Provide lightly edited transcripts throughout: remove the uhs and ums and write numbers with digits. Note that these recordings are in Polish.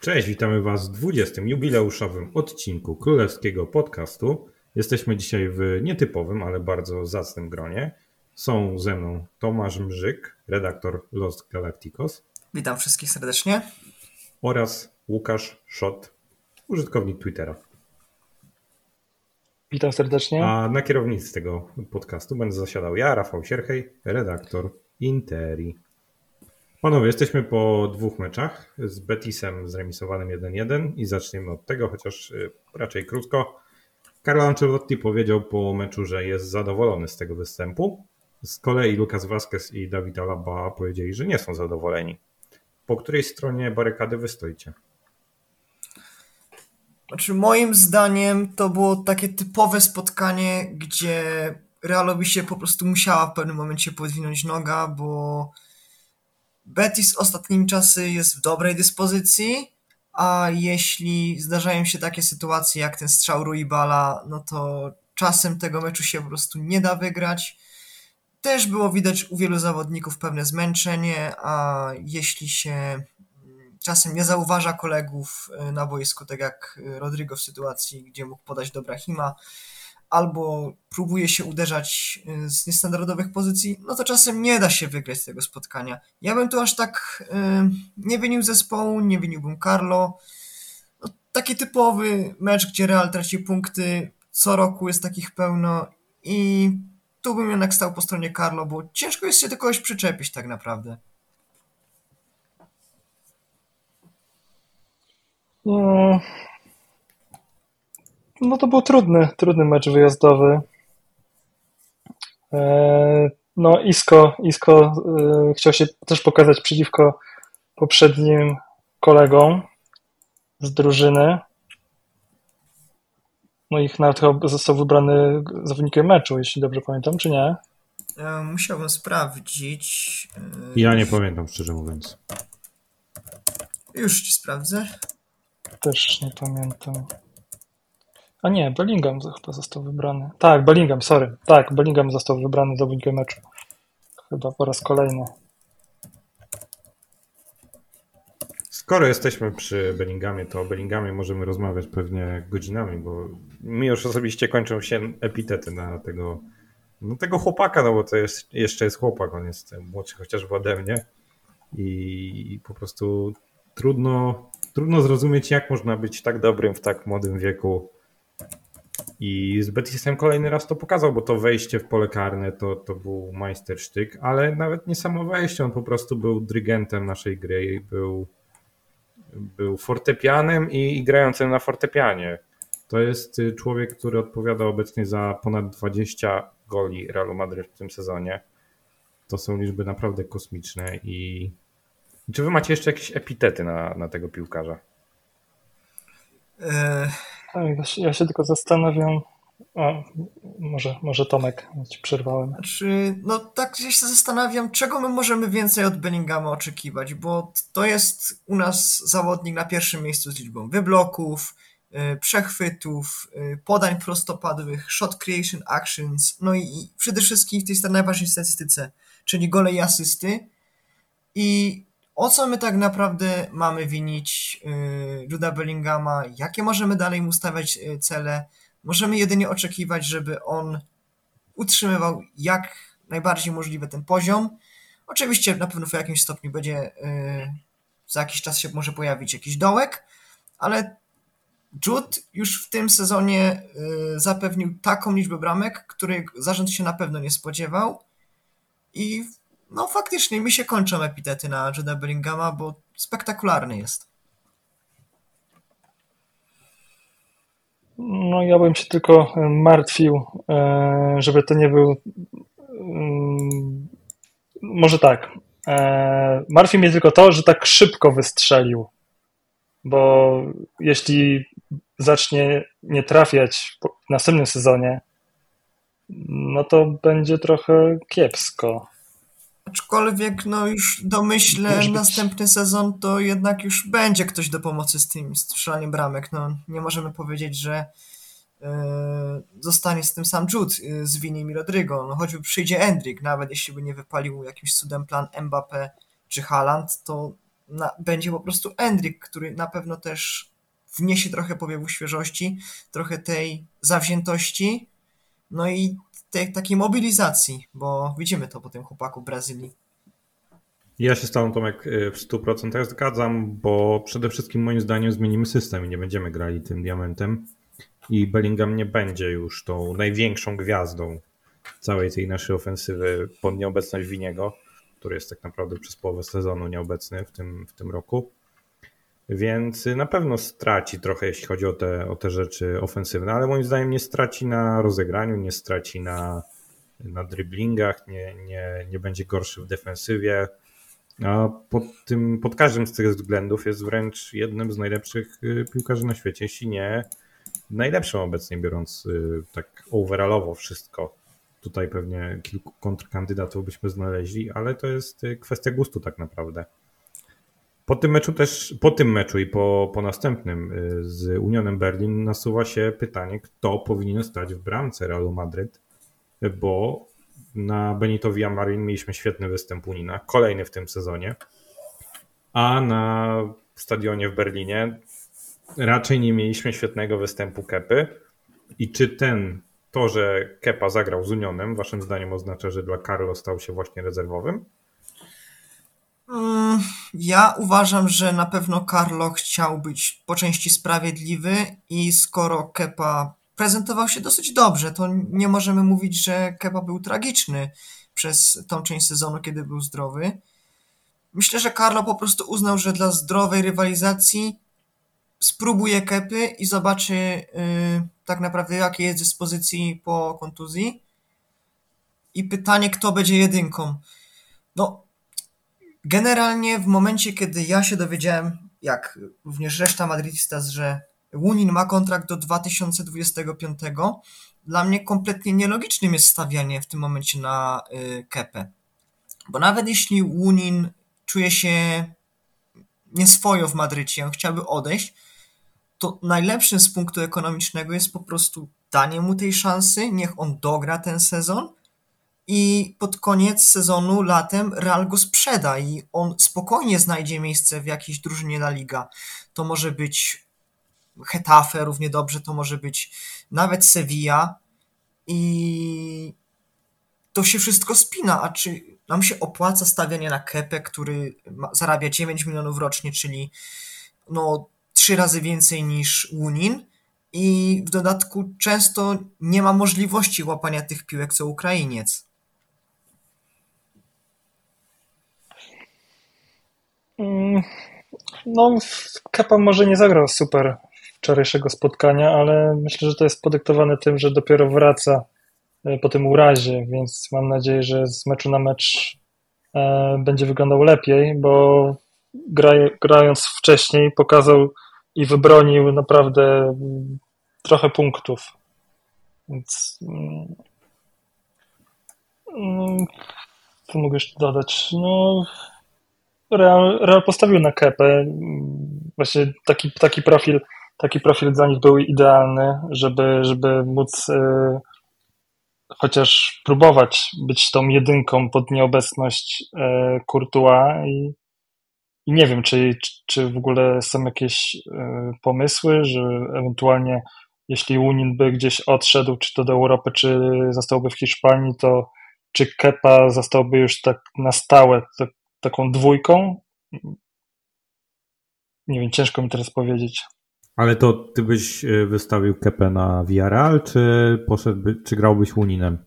Cześć, witamy Was w 20. jubileuszowym odcinku Królewskiego Podcastu. Jesteśmy dzisiaj w nietypowym, ale bardzo zacnym gronie. Są ze mną Tomasz Mrzyk, redaktor Los Galacticos. Witam wszystkich serdecznie. Oraz Łukasz Szot, użytkownik Twittera. Witam serdecznie. A na kierownicy tego podcastu będę zasiadał ja, Rafał Sierchej, redaktor Interi. Panowie, jesteśmy po dwóch meczach z Betisem zremisowanym 1-1 i zaczniemy od tego, chociaż raczej krótko. Carlo Ancelotti powiedział po meczu, że jest zadowolony z tego występu. Z kolei Lucas Vázquez i David Alaba powiedzieli, że nie są zadowoleni. Po której stronie barykady wy stoicie? Znaczy, moim zdaniem to było takie typowe spotkanie, gdzie Realowi się po prostu musiała w pewnym momencie podwinąć noga, bo Betis ostatnimi czasy jest w dobrej dyspozycji, a jeśli zdarzają się takie sytuacje jak ten strzał Ruibala, no to czasem tego meczu się po prostu nie da wygrać. Też było widać u wielu zawodników pewne zmęczenie, a jeśli się czasem nie zauważa kolegów na boisku, tak jak Rodrigo w sytuacji, gdzie mógł podać do Brahima, albo próbuje się uderzać z niestandardowych pozycji, no to czasem nie da się wygrać tego spotkania. Ja bym tu aż tak nie winił zespołu, nie winiłbym Carlo. No, taki typowy mecz, gdzie Real traci punkty, co roku jest takich pełno i tu bym jednak stał po stronie Carlo, bo ciężko jest się do kogoś przyczepić tak naprawdę. No to był trudny mecz wyjazdowy. No Isco chciał się też pokazać przeciwko poprzednim kolegom z drużyny. No i nawet chyba został wybrany zawodnikiem meczu, jeśli dobrze pamiętam, czy nie? Musiałbym sprawdzić. Ja nie pamiętam, szczerze mówiąc. Już ci sprawdzę. Też nie pamiętam. A nie, Bellingham chyba został wybrany. Tak, Bellingham, sorry. Tak, Bellingham został wybrany zawodnikiem meczu. Chyba po raz kolejny. Skoro jesteśmy przy Bellinghamie, to o Bellinghamie możemy rozmawiać pewnie godzinami, bo mi już osobiście kończą się epitety na tego chłopaka, no bo to jeszcze jest chłopak, on jest młodszy chociażby ode mnie i po prostu trudno zrozumieć, jak można być tak dobrym w tak młodym wieku. I z Betisem kolejny raz to pokazał, bo to wejście w pole karne to był majstersztyk, ale nawet nie samo wejście, on po prostu był dyrygentem naszej gry i był fortepianem i grającym na fortepianie. To jest człowiek, który odpowiada obecnie za ponad 20 goli Realu Madryt w tym sezonie. To są liczby naprawdę kosmiczne. I czy wy macie jeszcze jakieś epitety na tego piłkarza? Ja się tylko zastanawiam. Może Tomek, ci przerwałem. Znaczy, no tak się zastanawiam, czego my możemy więcej od Bellinghama oczekiwać, bo to jest u nas zawodnik na pierwszym miejscu z liczbą wybloków, przechwytów, podań prostopadłych, shot creation actions, no i przede wszystkim w tej najważniejszej statystyce, czyli gole i asysty. I o co my tak naprawdę mamy winić Juda Bellinghama? Jakie możemy dalej mu stawiać cele? Możemy jedynie oczekiwać, żeby on utrzymywał jak najbardziej możliwy ten poziom. Oczywiście na pewno w jakimś stopniu będzie za jakiś czas się może pojawić jakiś dołek, ale Jude już w tym sezonie zapewnił taką liczbę bramek, której zarząd się na pewno nie spodziewał i no faktycznie mi się kończą epitety na Juda Bellinghama, bo spektakularny jest. No ja bym się tylko martwił, żeby to nie był... Może tak. Martwi mnie tylko to, że tak szybko wystrzelił, bo jeśli zacznie nie trafiać w następnym sezonie, no to będzie trochę kiepsko. Aczkolwiek no już domyślę, następny sezon to jednak już będzie ktoś do pomocy z tym strzelaniem bramek. No, nie możemy powiedzieć, że zostanie z tym sam Jude z Vinim i Rodrigo. No, choćby przyjdzie Endrick, nawet jeśli by nie wypalił jakimś cudem plan Mbappé czy Haaland, to będzie po prostu Endrick, który na pewno też wniesie trochę powiewu świeżości, trochę tej zawziętości, no i tej takiej mobilizacji, bo widzimy to po tym chłopaku w Brazylii. Ja się z tobą, Tomek, w 100% zgadzam, bo przede wszystkim moim zdaniem zmienimy system i nie będziemy grali tym diamentem i Bellingham nie będzie już tą największą gwiazdą całej tej naszej ofensywy pod nieobecność Winiego, który jest tak naprawdę przez połowę sezonu nieobecny w tym roku. Więc na pewno straci trochę, jeśli chodzi o te rzeczy ofensywne, ale moim zdaniem nie straci na rozegraniu, nie straci na driblingach, nie będzie gorszy w defensywie. A pod każdym z tych względów jest wręcz jednym z najlepszych piłkarzy na świecie, jeśli nie najlepszym obecnie, biorąc tak overallowo wszystko. Tutaj pewnie kilku kontrkandydatów byśmy znaleźli, ale to jest kwestia gustu tak naprawdę. Po tym meczu i po następnym z Unionem Berlin nasuwa się pytanie, kto powinien stać w bramce Realu Madryt, bo na Benito Villamarin mieliśmy świetny występ Unina, kolejny w tym sezonie, a na stadionie w Berlinie raczej nie mieliśmy świetnego występu Kepy. I czy to, że Kepa zagrał z Unionem, waszym zdaniem oznacza, że dla Carlo stał się właśnie rezerwowym? Ja uważam, że na pewno Carlo chciał być po części sprawiedliwy i skoro Kepa prezentował się dosyć dobrze, to nie możemy mówić, że Kepa był tragiczny przez tą część sezonu, kiedy był zdrowy. Myślę, że Carlo po prostu uznał, że dla zdrowej rywalizacji spróbuje Kepy i zobaczy tak naprawdę, jakie jest dyspozycji po kontuzji. I pytanie, kto będzie jedynką. No, generalnie w momencie, kiedy ja się dowiedziałem, jak również reszta Madridistas, że Łunin ma kontrakt do 2025, dla mnie kompletnie nielogicznym jest stawianie w tym momencie na Kepę. Bo nawet jeśli Łunin czuje się nieswojo w Madrycie, on chciałby odejść, to najlepszym z punktu ekonomicznego jest po prostu danie mu tej szansy, niech on dogra ten sezon i pod koniec sezonu latem Real go sprzeda i on spokojnie znajdzie miejsce w jakiejś drużynie La Liga. To może być Getafe równie dobrze, to może być nawet Sevilla i to się wszystko spina, a czy nam się opłaca stawianie na Kepę, który zarabia 9 milionów rocznie, czyli 3 razy więcej niż Łunin i w dodatku często nie ma możliwości łapania tych piłek co Ukrainiec. Kepa może nie zagrał super wczorajszego spotkania, ale myślę, że to jest podyktowane tym, że dopiero wraca po tym urazie, więc mam nadzieję, że z meczu na mecz będzie wyglądał lepiej, bo grając wcześniej pokazał i wybronił naprawdę trochę punktów. Więc co mogę jeszcze dodać? Real postawił na Kepę. Właśnie taki profil dla nich był idealny, żeby móc chociaż próbować być tą jedynką pod nieobecność Courtois i nie wiem, czy w ogóle są jakieś pomysły, że ewentualnie jeśli Łunin by gdzieś odszedł, czy to do Europy, czy zostałby w Hiszpanii, to czy Kepa zostałby już tak na stałe taką dwójką? Nie wiem, ciężko mi teraz powiedzieć. Ale to ty byś wystawił Kepę na Villarreal, czy grałbyś Łuninem?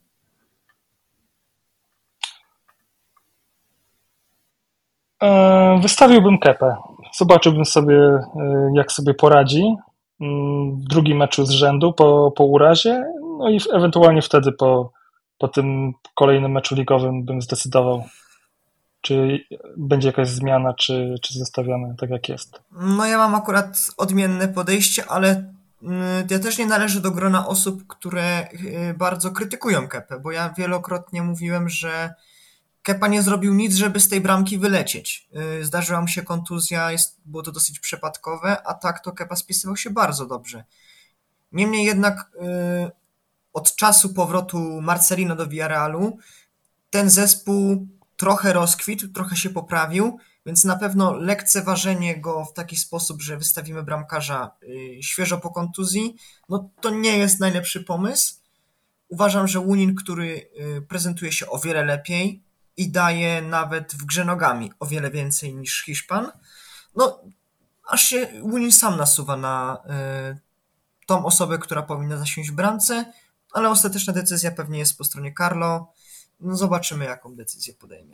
Wystawiłbym Kepę. Zobaczyłbym sobie, jak sobie poradzi w drugim meczu z rzędu po urazie, no i ewentualnie wtedy po tym kolejnym meczu ligowym bym zdecydował, czy będzie jakaś zmiana, czy zostawiamy tak jak jest. Ja mam akurat odmienne podejście, ale ja też nie należę do grona osób, które bardzo krytykują Kepę, bo ja wielokrotnie mówiłem, że Kepa nie zrobił nic, żeby z tej bramki wylecieć. Zdarzyła mu się kontuzja, było to dosyć przypadkowe, a tak to Kepa spisywał się bardzo dobrze. Niemniej jednak od czasu powrotu Marcelino do Villarrealu ten zespół trochę rozkwitł, trochę się poprawił. Więc na pewno lekceważenie go w taki sposób, że wystawimy bramkarza świeżo po kontuzji, no to nie jest najlepszy pomysł. Uważam, że Łunin, który prezentuje się o wiele lepiej i daje nawet w grze nogami o wiele więcej niż Hiszpan, no aż się Łunin sam nasuwa na tą osobę, która powinna zasiąść w bramce, ale ostateczna decyzja pewnie jest po stronie Carlo. No zobaczymy, jaką decyzję podejmie.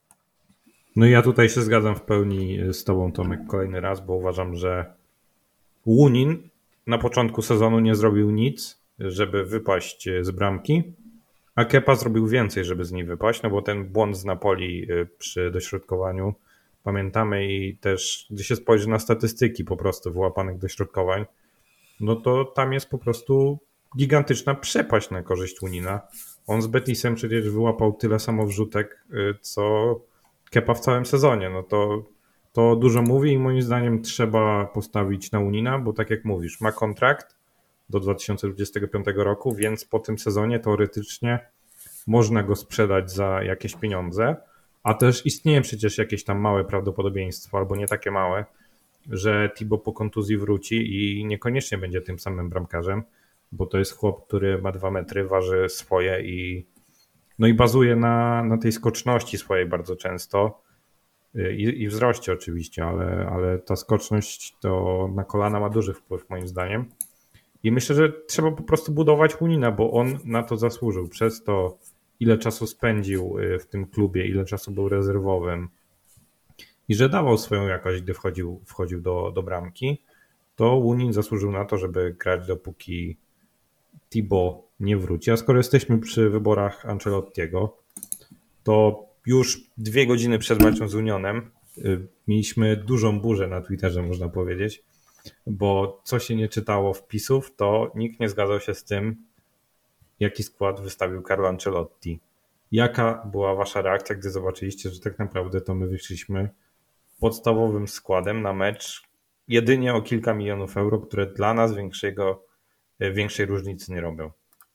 No i ja tutaj się zgadzam w pełni z tobą, Tomek, kolejny raz, bo uważam, że Łunin na początku sezonu nie zrobił nic, żeby wypaść z bramki, a Kepa zrobił więcej, żeby z niej wypaść, no bo ten błąd z Napoli przy dośrodkowaniu pamiętamy i też gdy się spojrzy na statystyki po prostu wyłapanych dośrodkowań, no to tam jest po prostu gigantyczna przepaść na korzyść Łunina. On z Betisem przecież wyłapał tyle samo wrzutek, co Kepa w całym sezonie. No to dużo mówi i moim zdaniem trzeba postawić na Łunina, bo tak jak mówisz, ma kontrakt do 2025 roku, więc po tym sezonie teoretycznie można go sprzedać za jakieś pieniądze, a też istnieje przecież jakieś tam małe prawdopodobieństwo, albo nie takie małe, że Thibaut po kontuzji wróci i niekoniecznie będzie tym samym bramkarzem, bo to jest chłop, który ma 2 metry, waży swoje i no i bazuje na tej skoczności swojej bardzo często i wzroście oczywiście, ale ta skoczność to na kolana ma duży wpływ moim zdaniem. I myślę, że trzeba po prostu budować Łunina, bo on na to zasłużył. Przez to, ile czasu spędził w tym klubie, ile czasu był rezerwowym i że dawał swoją jakość, gdy wchodził do bramki, to Łunin zasłużył na to, żeby grać dopóki Thibaut nie wróci. A skoro jesteśmy przy wyborach Ancelottiego, to już 2 godziny przed meczem z Unionem mieliśmy dużą burzę na Twitterze, można powiedzieć, bo co się nie czytało wpisów, to nikt nie zgadzał się z tym, jaki skład wystawił Carlo Ancelotti. Jaka była wasza reakcja, gdy zobaczyliście, że tak naprawdę to my wyszliśmy podstawowym składem na mecz jedynie o kilka milionów euro, które dla nas większej różnicy nie robią?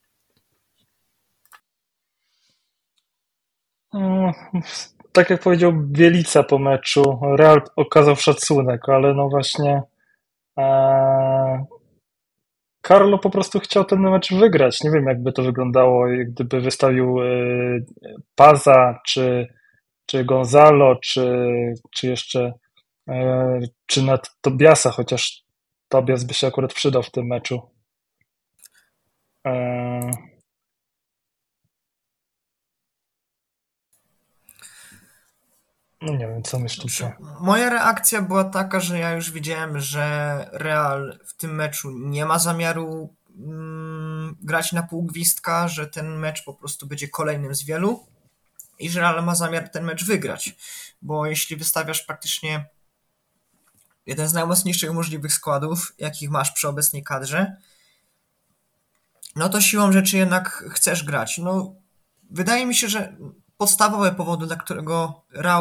Tak jak powiedział Bielica po meczu, Real okazał szacunek, ale no właśnie Carlo po prostu chciał ten mecz wygrać. Nie wiem, jakby to wyglądało, gdyby wystawił Paza, czy Gonzalo, czy jeszcze czy nad Tobiasa, chociaż Tobias by się akurat przydał w tym meczu. No nie wiem, co myślicie. Moja reakcja była taka, że ja już wiedziałem, że Real w tym meczu nie ma zamiaru grać na pół gwizdka, że ten mecz po prostu będzie kolejnym z wielu i że Real ma zamiar ten mecz wygrać, bo jeśli wystawiasz praktycznie jeden z najmocniejszych możliwych składów, jakich masz przy obecnej kadrze, no to siłą rzeczy jednak chcesz grać. No, wydaje mi się, że podstawowe powody, dla którego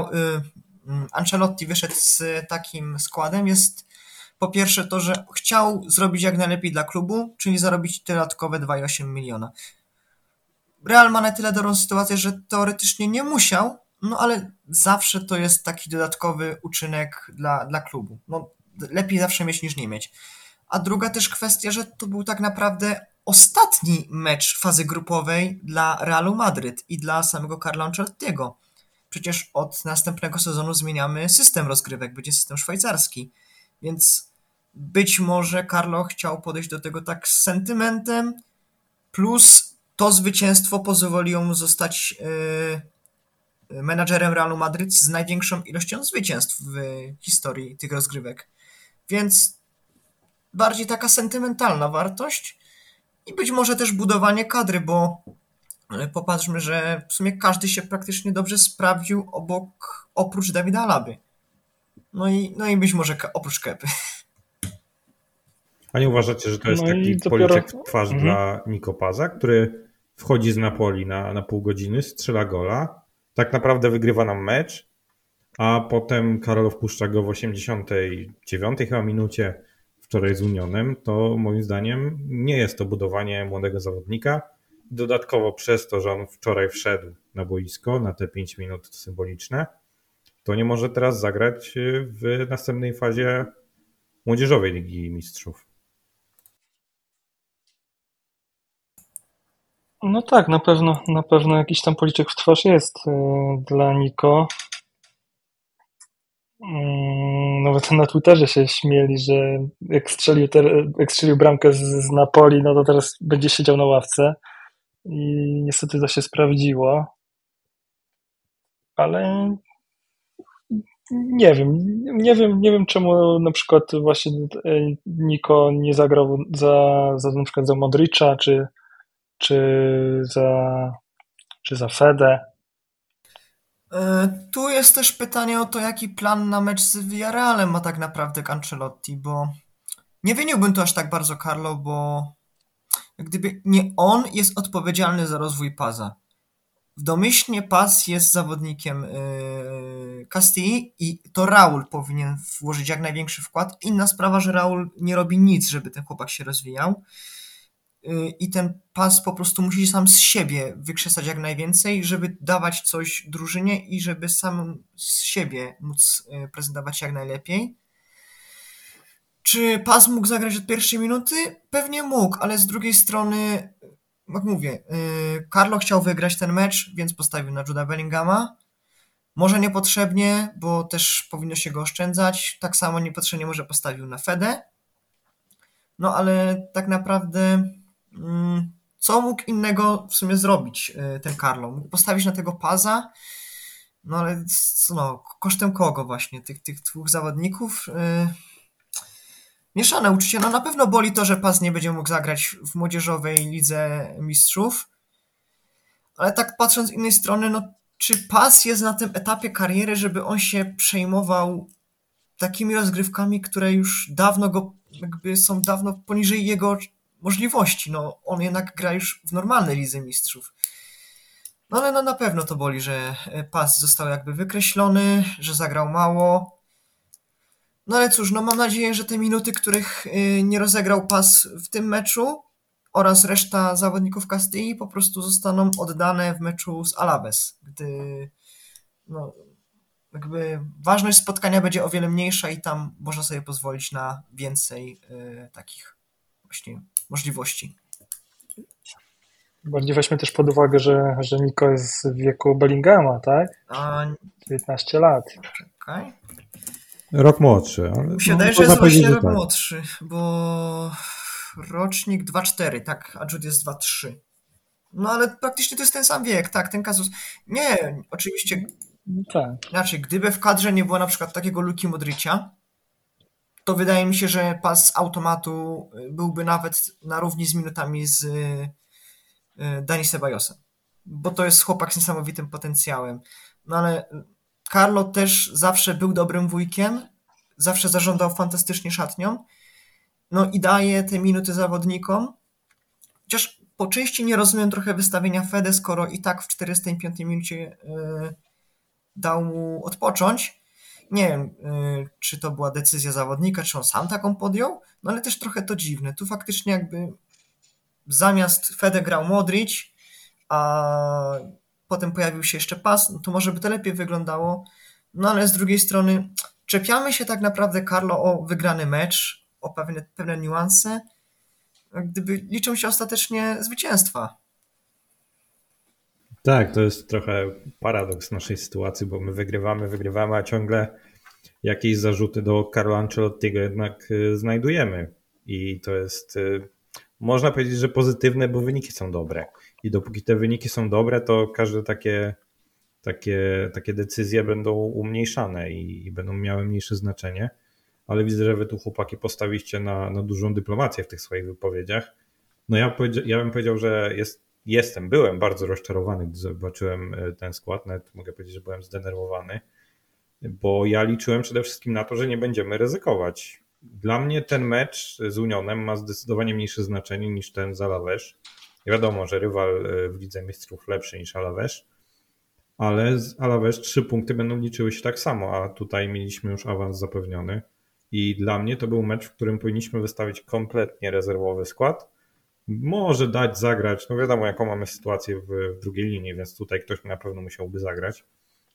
Ancelotti wyszedł z takim składem, jest po pierwsze to, że chciał zrobić jak najlepiej dla klubu, czyli zarobić dodatkowe 2,8 miliona. Real ma na tyle dobrą sytuację, że teoretycznie nie musiał, no ale zawsze to jest taki dodatkowy uczynek dla klubu. No, lepiej zawsze mieć niż nie mieć. A druga też kwestia, że to był tak naprawdę ostatni mecz fazy grupowej dla Realu Madryt i dla samego Carlo Ancelottiego. Przecież od następnego sezonu zmieniamy system rozgrywek, będzie system szwajcarski. Więc być może Carlo chciał podejść do tego tak z sentymentem, plus to zwycięstwo pozwoliło mu zostać menadżerem Realu Madryt z największą ilością zwycięstw w historii tych rozgrywek. Więc bardziej taka sentymentalna wartość i być może też budowanie kadry, bo popatrzmy, że w sumie każdy się praktycznie dobrze sprawdził oprócz Davida Alaby. No i być może oprócz Kepy. A nie uważacie, że to jest taki policzek w twarz dla Nico Paza, który wchodzi z Napoli na pół godziny, strzela gola, tak naprawdę wygrywa nam mecz, a potem Carlo wpuszcza go w 89 chyba minucie wczoraj z Unionem, to moim zdaniem nie jest to budowanie młodego zawodnika. Dodatkowo przez to, że on wczoraj wszedł na boisko na te 5 minut symboliczne, to nie może teraz zagrać w następnej fazie Młodzieżowej Ligi Mistrzów. No tak, na pewno jakiś tam policzek w twarz jest dla Niko. Nawet na Twitterze się śmieli, że jak strzelił bramkę z Napoli, no to teraz będzie siedział na ławce. I niestety to się sprawdziło. Ale nie wiem czemu na przykład właśnie Niko nie zagrał na przykład za Modricza, czy za, czy za Fedę. Tu jest też pytanie o to, jaki plan na mecz z Villarrealem ma tak naprawdę Ancelotti, bo nie winiłbym tu aż tak bardzo Carlo, bo jak gdyby nie on jest odpowiedzialny za rozwój Paza. Domyślnie Paz jest zawodnikiem Castilli i to Raul powinien włożyć jak największy wkład. Inna sprawa, że Raul nie robi nic, żeby ten chłopak się rozwijał. I ten Paz po prostu musi sam z siebie wykrzesać jak najwięcej, żeby dawać coś drużynie i żeby sam z siebie móc prezentować jak najlepiej. Czy Paz mógł zagrać od pierwszej minuty? Pewnie mógł, ale z drugiej strony, jak mówię, Carlo chciał wygrać ten mecz, więc postawił na Juda Bellingama. Może niepotrzebnie, bo też powinno się go oszczędzać. Tak samo niepotrzebnie może postawił na Fedę. No ale tak naprawdę co mógł innego w sumie zrobić ten Carlo? Mógł postawić na tego Paza, no ale kosztem kogo właśnie? Tych dwóch zawodników? Mieszane uczucie. No na pewno boli to, że Paz nie będzie mógł zagrać w Młodzieżowej Lidze Mistrzów, ale tak patrząc z innej strony, no czy Paz jest na tym etapie kariery, żeby on się przejmował takimi rozgrywkami, które już dawno są dawno poniżej jego możliwości. No on jednak gra już w normalnej Lidze Mistrzów. No ale na pewno to boli, że Paz został jakby wykreślony, że zagrał mało. No ale cóż, no mam nadzieję, że te minuty, których nie rozegrał Paz w tym meczu oraz reszta zawodników Castilli po prostu zostaną oddane w meczu z Alaves, gdy jakby ważność spotkania będzie o wiele mniejsza i tam można sobie pozwolić na więcej takich właśnie możliwości. Bardziej weźmy też pod uwagę, że Niko jest w wieku Bellingama, tak? 19 lat. Okay. Rok młodszy. Ale mi się wydaje, że jest właśnie rok młodszy, bo rocznik 2,4, tak, a Jude jest 2,3. No ale praktycznie to jest ten sam wiek, tak, ten kazus. Nie, oczywiście. Tak. Inaczej, gdyby w kadrze nie było na przykład takiego Luki Modricia, to wydaje mi się, że Paz z automatu byłby nawet na równi z minutami z Dani Ceballosem, bo to jest chłopak z niesamowitym potencjałem. No ale Carlo też zawsze był dobrym wujkiem, zawsze zarządzał fantastycznie szatnią, no i daje te minuty zawodnikom. Chociaż po części nie rozumiem trochę wystawienia Fede, skoro i tak w 45 minucie dał mu odpocząć. Nie wiem, czy to była decyzja zawodnika, czy on sam taką podjął, no ale też trochę to dziwne. Tu faktycznie jakby zamiast Fede grał Modric, a potem pojawił się jeszcze Paz, no to może by to lepiej wyglądało. No ale z drugiej strony czepiamy się tak naprawdę, Carlo, o wygrany mecz, o pewne niuanse, gdyby liczą się ostatecznie zwycięstwa. Tak, to jest trochę paradoks naszej sytuacji, bo my wygrywamy, a ciągle jakieś zarzuty do Carlo Ancelottiego jednak znajdujemy. I to jest, można powiedzieć, że pozytywne, bo wyniki są dobre. I dopóki te wyniki są dobre, to każde takie decyzje będą umniejszane i będą miały mniejsze znaczenie. Ale widzę, że wy tu, chłopaki, postawiliście na dużą dyplomację w tych swoich wypowiedziach. No ja bym powiedział, że byłem bardzo rozczarowany, gdy zobaczyłem ten skład. Nawet mogę powiedzieć, że byłem zdenerwowany, bo ja liczyłem przede wszystkim na to, że nie będziemy ryzykować. Dla mnie ten mecz z Unionem ma zdecydowanie mniejsze znaczenie niż ten z Alaves. Wiadomo, że rywal w Lidze Mistrzów lepszy niż Alaves, ale z Alaves 3 punkty będą liczyły się tak samo, a tutaj mieliśmy już awans zapewniony. I dla mnie to był mecz, w którym powinniśmy wystawić kompletnie rezerwowy skład. Może dać zagrać, no wiadomo jaką mamy sytuację w drugiej linii, więc tutaj ktoś na pewno musiałby zagrać.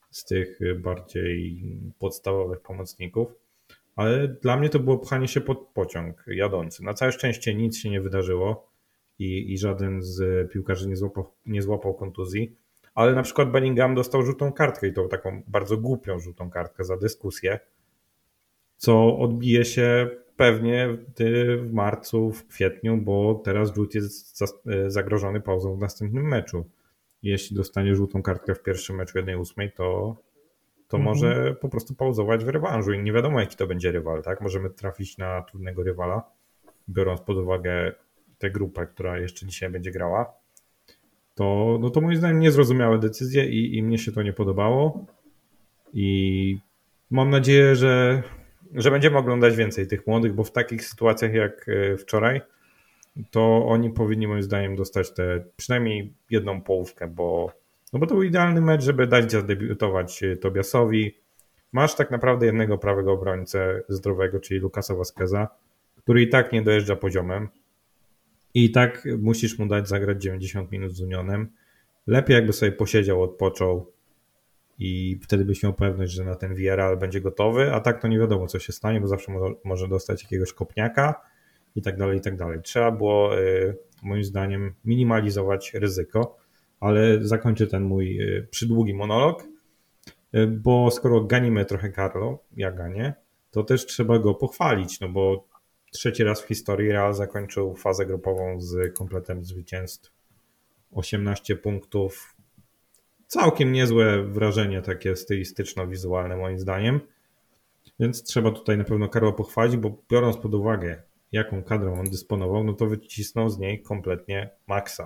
z tych bardziej podstawowych pomocników. Ale dla mnie to było pchanie się pod pociąg jadący. Na całe szczęście nic się nie wydarzyło i żaden z piłkarzy nie złapał kontuzji. Ale na przykład Bellingham dostał żółtą kartkę i to taką bardzo głupią żółtą kartkę za dyskusję, co odbije się pewnie w marcu, w kwietniu, bo teraz rzut jest zagrożony pauzą w następnym meczu. Jeśli dostanie żółtą kartkę w pierwszym meczu 1/8, to może po prostu pauzować w rewanżu i nie wiadomo, jaki to będzie rywal, tak? Możemy trafić na trudnego rywala, biorąc pod uwagę tę grupę, która jeszcze dzisiaj będzie grała. To moim zdaniem niezrozumiałe decyzje i mnie się to nie podobało i mam nadzieję, że będziemy oglądać więcej tych młodych, bo w takich sytuacjach jak wczoraj, to oni powinni moim zdaniem dostać te przynajmniej jedną połówkę, bo to był idealny mecz, żeby dać zadebiutować Tobiasowi. Masz tak naprawdę jednego prawego obrońcę zdrowego, czyli Lucasa Vazqueza, który i tak nie dojeżdża poziomem i tak musisz mu dać zagrać 90 minut z Unionem. Lepiej jakby sobie posiedział, odpoczął i wtedy byś miał pewność, że na ten Villarreal będzie gotowy, a tak to nie wiadomo, co się stanie, bo zawsze może dostać jakiegoś kopniaka i tak dalej, i tak dalej. Trzeba było moim zdaniem minimalizować ryzyko, ale zakończę ten mój przydługi monolog, bo skoro ganimy trochę Carlo, ja ganię, to też trzeba go pochwalić, no bo trzeci raz w historii Real zakończył fazę grupową z kompletem zwycięstw. 18 punktów. Całkiem niezłe wrażenie takie stylistyczno-wizualne moim zdaniem. Więc trzeba tutaj na pewno Carlo pochwalić, bo biorąc pod uwagę, jaką kadrą on dysponował, no to wycisnął z niej kompletnie maksa.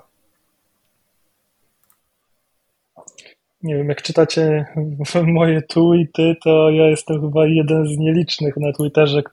Nie wiem, jak czytacie moje tweety, to ja jestem chyba jeden z nielicznych na Twitterze,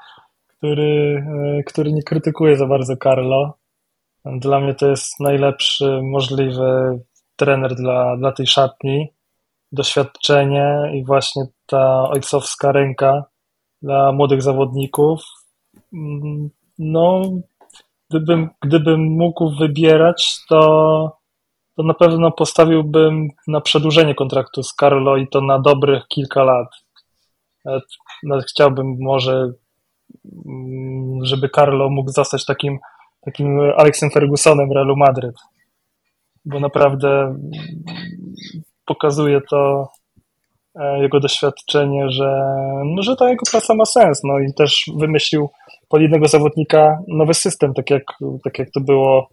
który nie krytykuje za bardzo Carlo. Dla mnie to jest najlepszy możliwy trener dla tej szatni. Doświadczenie i właśnie ta ojcowska ręka dla młodych zawodników. No, gdybym mógł wybierać, to na pewno postawiłbym na przedłużenie kontraktu z Carlo i to na dobrych kilka lat. Nawet chciałbym może, żeby Carlo mógł zostać takim Alexem Fergusonem Realu Madryt, bo naprawdę pokazuje to jego doświadczenie, że ta jego praca ma sens. No i też wymyślił pod jednego zawodnika nowy system, tak jak to było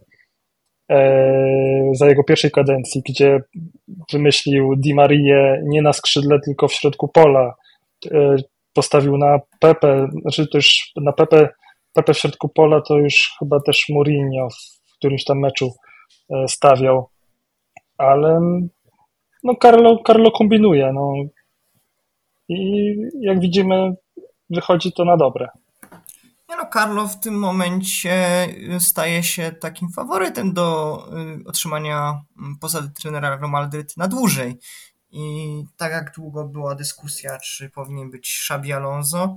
za jego pierwszej kadencji, gdzie wymyślił Di Marię nie na skrzydle, tylko w środku pola. Postawił na Pepe, znaczy to już na Pepe w środku pola to już chyba też Mourinho w którymś tam meczu stawiał. Ale no Carlo kombinuje, no i jak widzimy wychodzi to na dobre. Carlo w tym momencie staje się takim faworytem do otrzymania posady trenera Realu Madryt na dłużej. I tak jak długo była dyskusja, czy powinien być Xabi Alonso,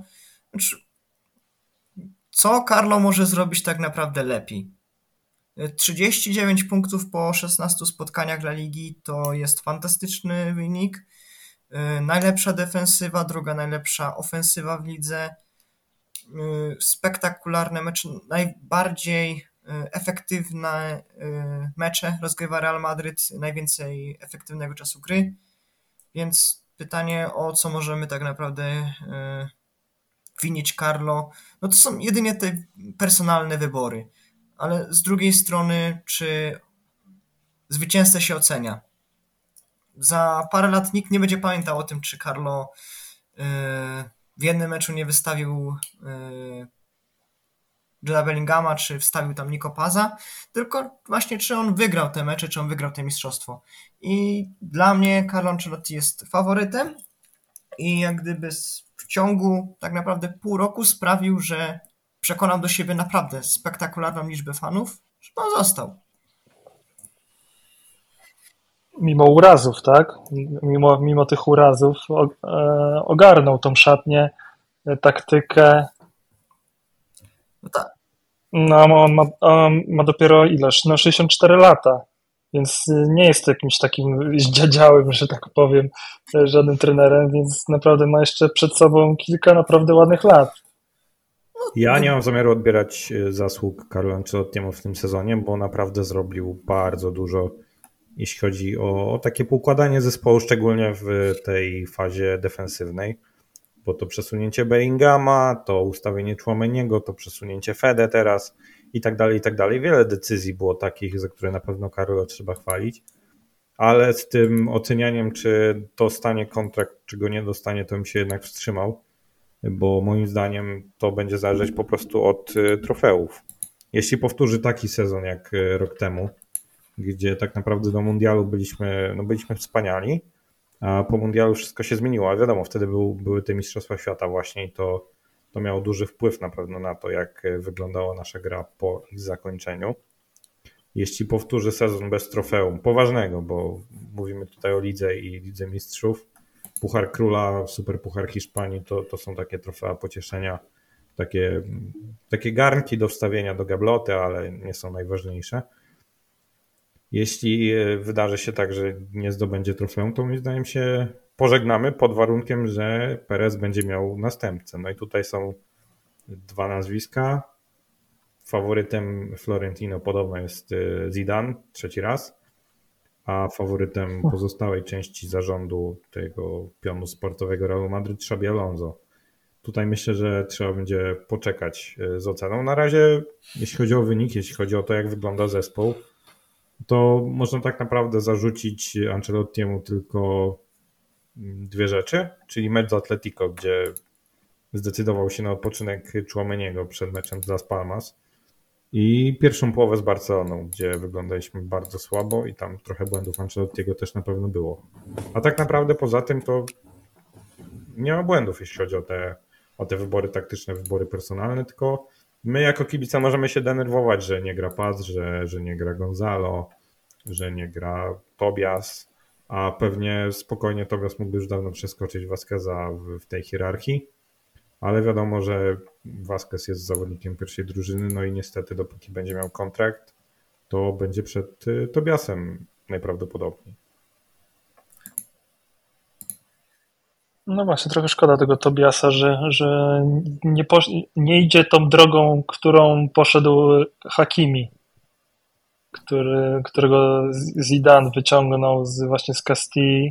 co Carlo może zrobić tak naprawdę lepiej? 39 punktów po 16 spotkaniach dla ligi to jest fantastyczny wynik. Najlepsza defensywa, druga najlepsza ofensywa w lidze. Spektakularne mecze, najbardziej efektywne mecze rozgrywa Real Madryt, najwięcej efektywnego czasu gry, więc pytanie, o co możemy tak naprawdę winić Carlo, no to są jedynie te personalne wybory, ale z drugiej strony, czy zwycięzcę się ocenia? Za parę lat nikt nie będzie pamiętał o tym, czy Carlo w jednym meczu nie wystawił Juda Bellingama, czy wstawił tam Nico Paza, tylko właśnie czy on wygrał te mecze, czy on wygrał te mistrzostwo. I dla mnie Carlo Ancelotti jest faworytem i jak gdyby w ciągu tak naprawdę pół roku sprawił, że przekonał do siebie naprawdę spektakularną liczbę fanów, żeby on został. Mimo urazów, tak? Mimo tych urazów ogarnął tą szatnię, taktykę. No tak. No, on ma dopiero ileż? No 64 lata. więc nie jest jakimś takim zdziadziałym, że tak powiem, żadnym trenerem, więc naprawdę ma jeszcze przed sobą kilka naprawdę ładnych lat. Ja nie mam zamiaru odbierać zasług Carlo Ancelottiemu w tym sezonie, bo naprawdę zrobił bardzo dużo, jeśli chodzi o takie poukładanie zespołu, szczególnie w tej fazie defensywnej, bo to przesunięcie Bellinghama, to ustawienie Tchouameniego, to przesunięcie Fede teraz i tak dalej, i tak dalej. Wiele decyzji było takich, za które na pewno Carlo trzeba chwalić, ale z tym ocenianiem, czy dostanie kontrakt, czy go nie dostanie, to bym się jednak wstrzymał, bo moim zdaniem to będzie zależeć po prostu od trofeów. Jeśli powtórzy taki sezon jak rok temu, gdzie tak naprawdę do mundialu byliśmy wspaniali, a po mundialu wszystko się zmieniło, a wiadomo, wtedy były te Mistrzostwa Świata właśnie i to miało duży wpływ na pewno na to, jak wyglądała nasza gra po ich zakończeniu. Jeśli powtórzy sezon bez trofeum, poważnego, bo mówimy tutaj o lidze i Lidze Mistrzów, Puchar Króla, Super Puchar Hiszpanii, to są takie trofea pocieszenia, takie garnki do wstawienia do gabloty, ale nie są najważniejsze. Jeśli wydarzy się tak, że nie zdobędzie trofeum, to moim zdaniem się pożegnamy pod warunkiem, że Perez będzie miał następcę. No i tutaj są dwa nazwiska. Faworytem Florentino podobno jest Zidane, trzeci raz, a faworytem pozostałej części zarządu tego pionu sportowego Realu Madryt Xabi Alonso. Tutaj myślę, że trzeba będzie poczekać z oceną. Na razie, jeśli chodzi o wynik, jeśli chodzi o to, jak wygląda zespół, to można tak naprawdę zarzucić Ancelottiemu tylko dwie rzeczy, czyli mecz z Atletico, gdzie zdecydował się na odpoczynek Tchouameniego przed meczem z Las Palmas i pierwszą połowę z Barceloną, gdzie wyglądaliśmy bardzo słabo i tam trochę błędów Ancelottiego też na pewno było. A tak naprawdę poza tym to nie ma błędów, jeśli chodzi o te wybory taktyczne, wybory personalne, tylko my jako kibice możemy się denerwować, że nie gra Paz, że nie gra Gonzalo, że nie gra Tobias, a pewnie spokojnie Tobias mógłby już dawno przeskoczyć Vazqueza w tej hierarchii, ale wiadomo, że Vazquez jest zawodnikiem pierwszej drużyny, no i niestety dopóki będzie miał kontrakt, to będzie przed Tobiasem najprawdopodobniej. No właśnie, trochę szkoda tego Tobiasa, że nie idzie tą drogą, którą poszedł Hakimi, którego Zidane wyciągnął właśnie z Castilli.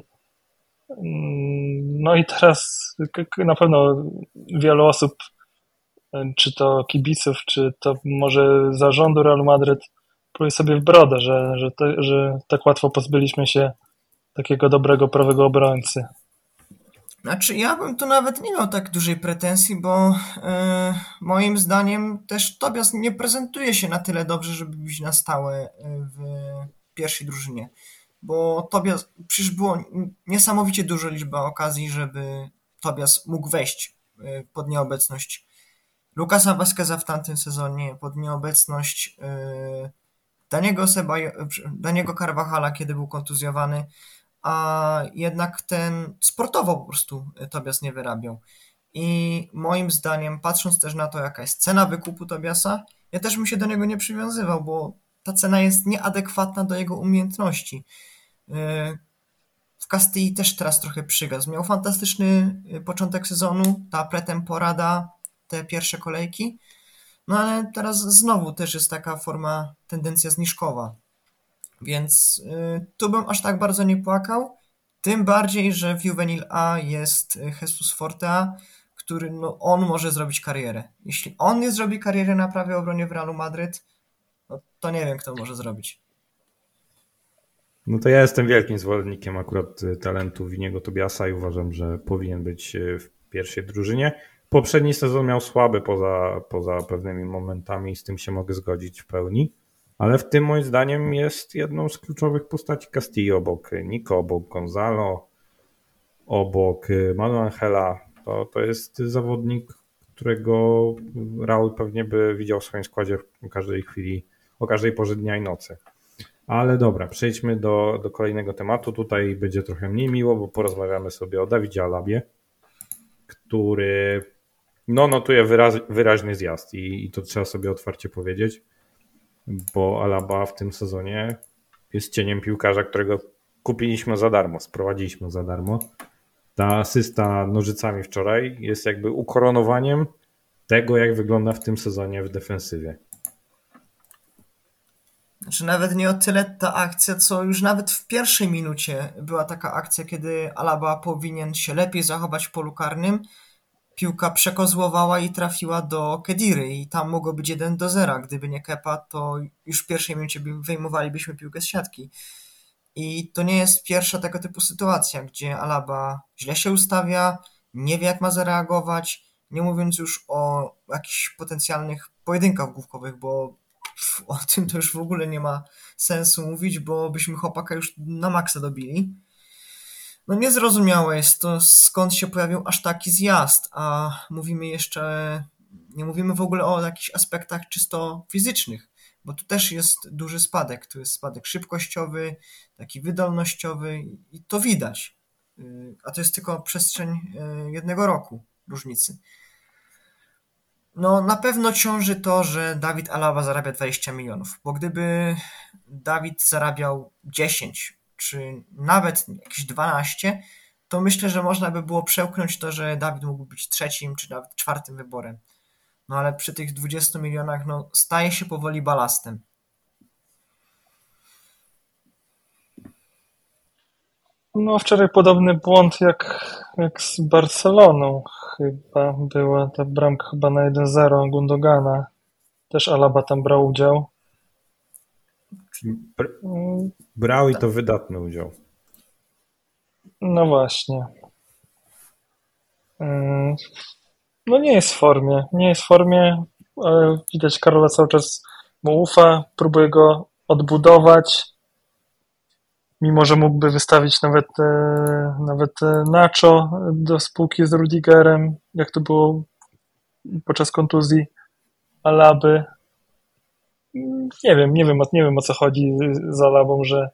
No i teraz na pewno wielu osób, czy to kibiców, czy to może zarządu Realu Madryt, pluje sobie w brodę, że tak łatwo pozbyliśmy się takiego dobrego prawego obrońcy. Znaczy, ja bym tu nawet nie miał tak dużej pretensji, bo moim zdaniem też Tobias nie prezentuje się na tyle dobrze, żeby być na stałe w pierwszej drużynie. Bo Tobias, przecież było niesamowicie dużo liczba okazji, żeby Tobias mógł wejść pod nieobecność Lucasa Vazqueza w tamtym sezonie, pod nieobecność Daniego Carvajala, kiedy był kontuzjowany, a jednak ten sportowo po prostu Tobias nie wyrabiał. I moim zdaniem, patrząc też na to, jaka jest cena wykupu Tobiasa, ja też bym się do niego nie przywiązywał, bo ta cena jest nieadekwatna do jego umiejętności. W Castilli też teraz trochę przygasł. Miał fantastyczny początek sezonu, ta pretemporada, te pierwsze kolejki, no ale teraz znowu też jest taka tendencja zniżkowa. Więc tu bym aż tak bardzo nie płakał, tym bardziej, że w Juvenil A jest Jesus Fortea, który on może zrobić karierę. Jeśli on nie zrobi kariery na prawej obronie w Realu Madryt, no to nie wiem, kto może zrobić. No to ja jestem wielkim zwolennikiem akurat talentu Viniego Tobiasa i uważam, że powinien być w pierwszej drużynie. Poprzedni sezon miał słaby poza pewnymi momentami i z tym się mogę zgodzić w pełni. Ale w tym moim zdaniem jest jedną z kluczowych postaci Castilli obok Nico, obok Gonzalo, obok Manu Angela. To jest zawodnik, którego Raul pewnie by widział w swoim składzie w każdej chwili, o każdej porze dnia i nocy. Ale dobra, przejdźmy do kolejnego tematu. Tutaj będzie trochę mniej miło, bo porozmawiamy sobie o Davidzie Alabie, który notuje wyraźny zjazd i to trzeba sobie otwarcie powiedzieć, bo Alaba w tym sezonie jest cieniem piłkarza, którego kupiliśmy za darmo, sprowadziliśmy za darmo. Ta asysta nożycami wczoraj jest jakby ukoronowaniem tego, jak wygląda w tym sezonie w defensywie. Znaczy nawet nie o tyle ta akcja, co już nawet w pierwszej minucie była taka akcja, kiedy Alaba powinien się lepiej zachować w polu karnym. Piłka przekozłowała i trafiła do Kediry i tam mogło być 1-0. Gdyby nie Kepa, to już w pierwszej minucie wyjmowalibyśmy piłkę z siatki. I to nie jest pierwsza tego typu sytuacja, gdzie Alaba źle się ustawia, nie wie jak ma zareagować, nie mówiąc już o jakichś potencjalnych pojedynkach główkowych, bo o tym to już w ogóle nie ma sensu mówić, bo byśmy chłopaka już na maksa dobili. No niezrozumiałe jest to, skąd się pojawił aż taki zjazd, a nie mówimy w ogóle o jakichś aspektach czysto fizycznych, bo tu też jest duży spadek. Tu jest spadek szybkościowy, taki wydolnościowy i to widać. A to jest tylko przestrzeń jednego roku różnicy. No na pewno ciąży to, że David Alaba zarabia 20 milionów, bo gdyby Dawid zarabiał 10 czy nawet jakieś 12, to myślę, że można by było przełknąć to, że Dawid mógł być trzecim czy nawet czwartym wyborem. No ale przy tych 20 milionach no, staje się powoli balastem. No wczoraj podobny błąd jak z Barceloną chyba była ta bramka chyba na 1-0 Gundogana. Też Alaba tam brał udział. Brał i to wydatny udział. No właśnie. No nie jest w formie. Nie jest w formie, ale widać Karola cały czas mu ufa, próbuje go odbudować. Mimo że mógłby wystawić nawet Nacho do spółki z Rudigerem, jak to było podczas kontuzji Alaby. Nie wiem o co chodzi z Alabą, że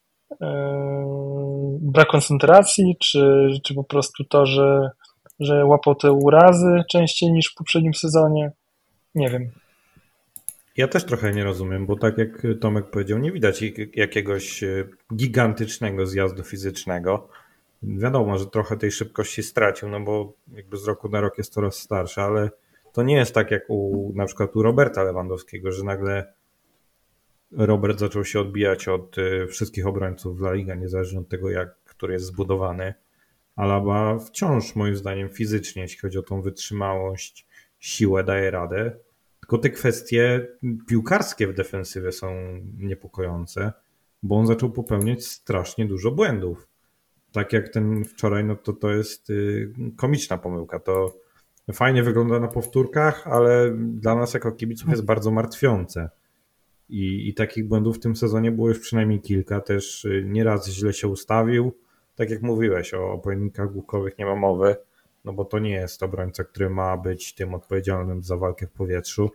brak koncentracji, czy po prostu to, że łapał te urazy częściej niż w poprzednim sezonie. Nie wiem. Ja też trochę nie rozumiem, bo tak jak Tomek powiedział, nie widać jakiegoś gigantycznego zjazdu fizycznego. Wiadomo, że trochę tej szybkości stracił, no bo jakby z roku na rok jest coraz starszy, ale to nie jest tak jak na przykład u Roberta Lewandowskiego, że nagle Robert zaczął się odbijać od wszystkich obrońców w La Liga, niezależnie od tego, który jest zbudowany. Alaba wciąż moim zdaniem fizycznie, jeśli chodzi o tą wytrzymałość, siłę, daje radę. Tylko te kwestie piłkarskie w defensywie są niepokojące, bo on zaczął popełniać strasznie dużo błędów. Tak jak ten wczoraj, no to jest komiczna pomyłka. To fajnie wygląda na powtórkach, ale dla nas jako kibiców jest bardzo martwiące. I takich błędów w tym sezonie było już przynajmniej kilka. Też nieraz źle się ustawił. Tak jak mówiłeś, o pojedynkach główkowych nie ma mowy, no bo to nie jest obrońca, który ma być tym odpowiedzialnym za walkę w powietrzu.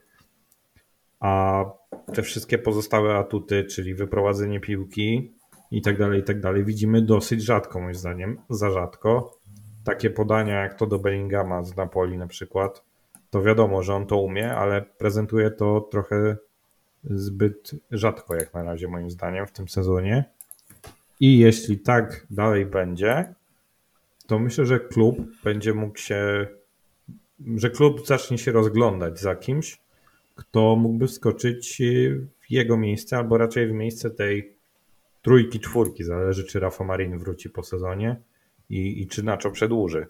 A te wszystkie pozostałe atuty, czyli wyprowadzenie piłki i tak dalej, widzimy dosyć rzadko, moim zdaniem, za rzadko. Takie podania jak to do Bellingama z Napoli na przykład, to wiadomo, że on to umie, ale prezentuje to trochę zbyt rzadko jak na razie, moim zdaniem, w tym sezonie. I jeśli tak dalej będzie, to myślę, że klub będzie mógł że klub zacznie się rozglądać za kimś, kto mógłby wskoczyć w jego miejsce, albo raczej w miejsce tej trójki, czwórki. Zależy, czy Rafa Marin wróci po sezonie i czy Nacho przedłuży.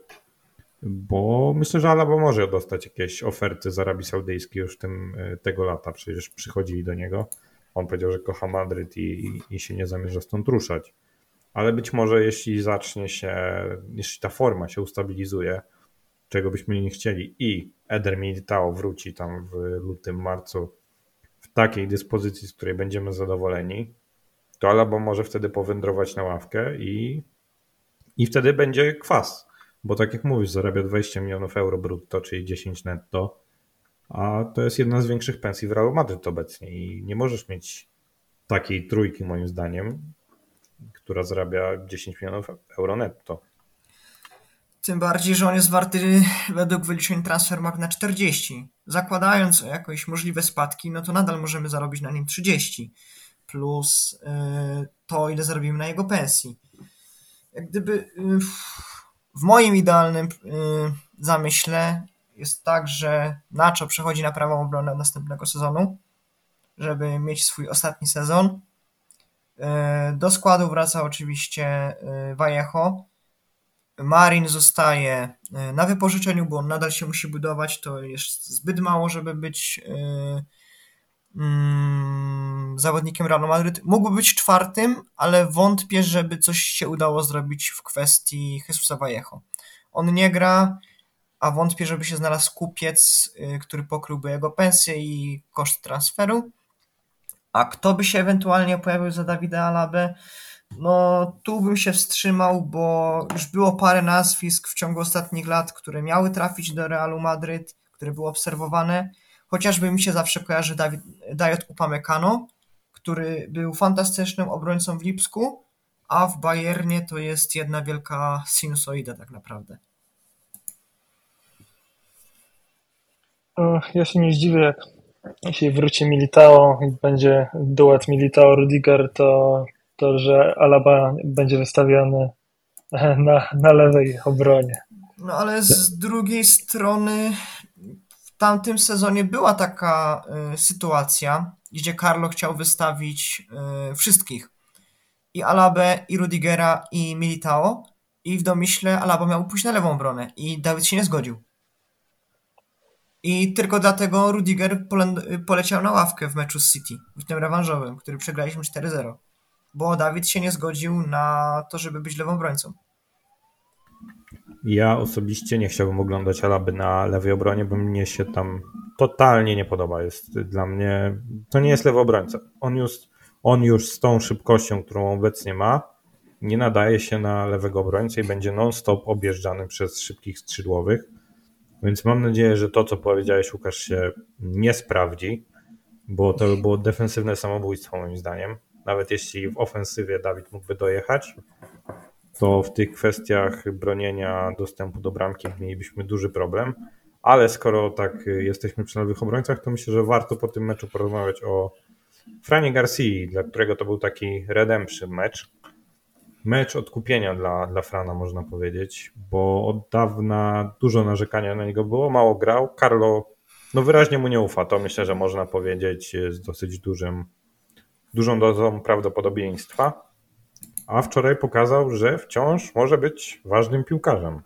Bo myślę, że Alaba może dostać jakieś oferty z Arabii Saudyjskiej już tego lata. Przecież przychodzili do niego. On powiedział, że kocha Madryt i się nie zamierza stąd ruszać. Ale być może jeśli ta forma się ustabilizuje, czego byśmy nie chcieli, i Eder Militao wróci tam w lutym, marcu w takiej dyspozycji, z której będziemy zadowoleni, to Alaba może wtedy powędrować na ławkę i wtedy będzie kwas. Bo tak jak mówisz, zarabia 20 milionów euro brutto, czyli 10 netto, a to jest jedna z większych pensji w Realu Madryt obecnie i nie możesz mieć takiej trójki, moim zdaniem, która zarabia 10 milionów euro netto. Tym bardziej, że on jest warty według wyliczeń Transfermarkt na 40. Zakładając jakieś możliwe spadki, no to nadal możemy zarobić na nim 30. plus to, ile zarobimy na jego pensji. Jak gdyby w moim idealnym zamyśle jest tak, że Nacho przechodzi na prawą obronę następnego sezonu, żeby mieć swój ostatni sezon. Do składu wraca oczywiście Vallejo. Marin zostaje na wypożyczeniu, bo on nadal się musi budować. To jest zbyt mało, żeby być zawodnikiem Realu Madryt. Mógłby być czwartym, ale wątpię, żeby coś się udało zrobić w kwestii Jesusa Vallejo. On nie gra, a wątpię, żeby się znalazł kupiec, który pokryłby jego pensję i koszt transferu. A kto by się ewentualnie pojawił za Davida Alabę? No tu bym się wstrzymał, bo już było parę nazwisk w ciągu ostatnich lat, które miały trafić do Realu Madryt, które były obserwowane. Chociażby mi się zawsze kojarzy Dayot Upamecano, który był fantastycznym obrońcą w Lipsku, a w Bayernie to jest jedna wielka sinusoida tak naprawdę. Ja się nie zdziwię, jak jeśli wróci Militao i będzie duet Militao-Rudiger, to że Alaba będzie wystawiony na lewej obronie. No ale z drugiej strony w tamtym sezonie była taka sytuacja, gdzie Carlo chciał wystawić wszystkich. I Alabę, i Rudigera, i Militao. I w domyśle Alaba miał pójść na lewą obronę. I Dawid się nie zgodził. I tylko dlatego Rudiger poleciał na ławkę w meczu z City, w tym rewanżowym, który przegraliśmy 4-0. Bo Dawid się nie zgodził na to, żeby być lewą obrońcą. Ja osobiście nie chciałbym oglądać Alaby na lewej obronie, bo mnie się tam totalnie nie podoba. Jest dla mnie, to nie jest lewy obrońca. On już z tą szybkością, którą obecnie ma, nie nadaje się na lewego obrońcę i będzie non-stop objeżdżany przez szybkich skrzydłowych. Więc mam nadzieję, że to, co powiedziałeś, Łukasz, się nie sprawdzi, bo to by było defensywne samobójstwo moim zdaniem. Nawet jeśli w ofensywie Dawid mógłby dojechać, to w tych kwestiach bronienia dostępu do bramki mielibyśmy duży problem. Ale skoro tak jesteśmy przy nowych obrońcach, to myślę, że warto po tym meczu porozmawiać o Franie Garcii, dla którego to był taki redemption mecz. Mecz odkupienia dla Frana, można powiedzieć, bo od dawna dużo narzekania na niego było, mało grał. Carlo wyraźnie mu nie ufa, to myślę, że można powiedzieć z dosyć dużą dozą prawdopodobieństwa. A wczoraj pokazał, że wciąż może być ważnym piłkarzem.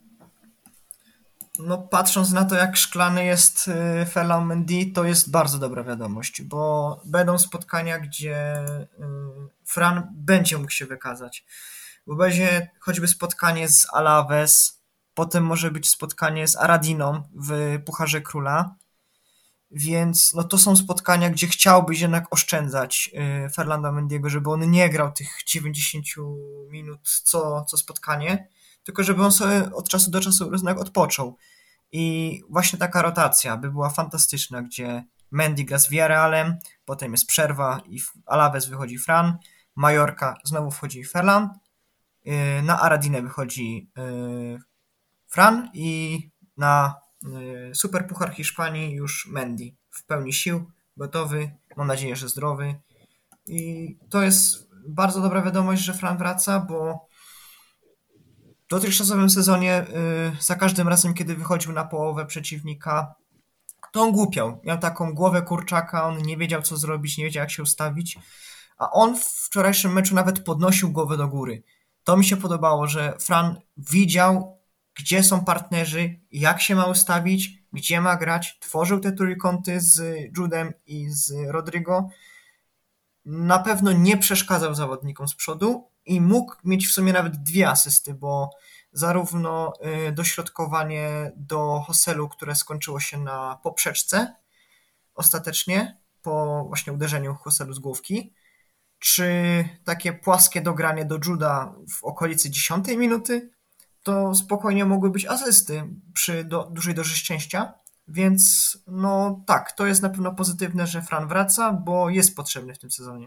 No patrząc na to, jak szklany jest Ferland Mendy, to jest bardzo dobra wiadomość, bo będą spotkania, gdzie Fran będzie mógł się wykazać. Bo będzie choćby spotkanie z Alaves, potem może być spotkanie z Aradiną w Pucharze Króla, więc no to są spotkania, gdzie chciałbyś jednak oszczędzać Ferlanda Mendiego, żeby on nie grał tych 90 minut co spotkanie, tylko żeby on sobie od czasu do czasu odpoczął. I właśnie taka rotacja by była fantastyczna, gdzie Mendy gra z Villarrealem, potem jest przerwa i w Alaves wychodzi Fran, Mallorca znowu wchodzi Ferland, na Aradinę wychodzi Fran i na Super Puchar Hiszpanii już Mendy w pełni sił, gotowy, mam nadzieję, że zdrowy. I to jest bardzo dobra wiadomość, że Fran wraca, bo w dotychczasowym sezonie za każdym razem, kiedy wychodził na połowę przeciwnika, to on głupiał. Miał taką głowę kurczaka, on nie wiedział, co zrobić, nie wiedział, jak się ustawić, a on w wczorajszym meczu nawet podnosił głowę do góry. To mi się podobało, że Fran widział, gdzie są partnerzy, jak się ma ustawić, gdzie ma grać, tworzył te trójkąty z Judem i z Rodrigo. Na pewno nie przeszkadzał zawodnikom z przodu i mógł mieć w sumie nawet 2 asysty, bo zarówno dośrodkowanie do Joselu, które skończyło się na poprzeczce ostatecznie, po właśnie uderzeniu Joselu z główki, czy takie płaskie dogranie do Juda w okolicy 10 minuty, to spokojnie mogły być asysty przy dużej dozie szczęścia, więc no tak, to jest na pewno pozytywne, że Fran wraca, bo jest potrzebny w tym sezonie.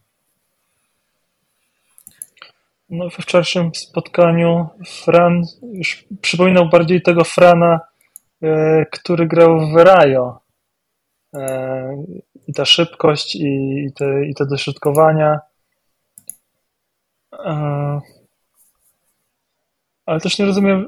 No we wczorajszym spotkaniu Fran już przypominał bardziej tego Frana, który grał w Rajo. i ta szybkość i te dośrodkowania. Ale też nie rozumiem,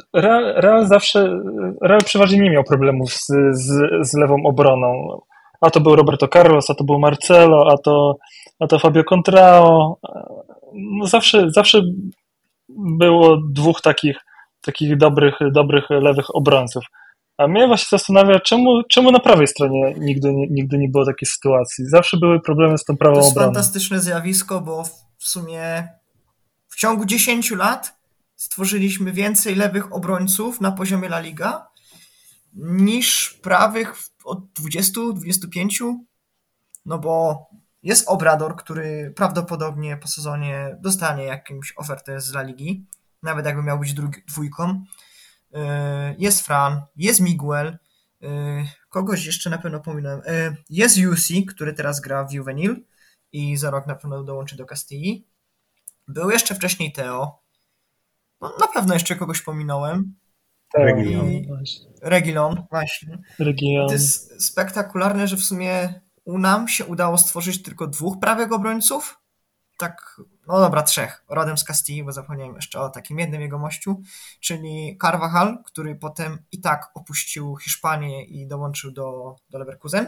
Real przeważnie nie miał problemów z lewą obroną. A to był Roberto Carlos, a to był Marcelo, a to Fabio Contrao. No zawsze było dwóch takich dobrych lewych obrońców. A mnie właśnie zastanawia, czemu na prawej stronie nigdy nie było takiej sytuacji. Zawsze były problemy z tą prawą To jest obroną. fantastyczne zjawisko, bo w sumie w ciągu 10 lat stworzyliśmy więcej lewych obrońców na poziomie La Liga niż prawych od 20-25. No bo jest Obrador, który prawdopodobnie po sezonie dostanie jakąś ofertę z La Ligi, nawet jakby miał być dwójką. Jest Fran, jest Miguel, kogoś jeszcze na pewno pominąłem. Jest Jussi, który teraz gra w Juvenil i za rok na pewno dołączy do Castilli. Był jeszcze wcześniej Theo. No, na pewno jeszcze kogoś pominąłem. Reguilón, właśnie. To jest spektakularne, że w sumie nam się udało stworzyć tylko 2 prawych obrońców. Tak, no dobra, 3. Rodem z Castilli, bo zapomniałem jeszcze o takim jednym jego mościu, czyli Carvajal, który potem i tak opuścił Hiszpanię i dołączył do Leverkusen.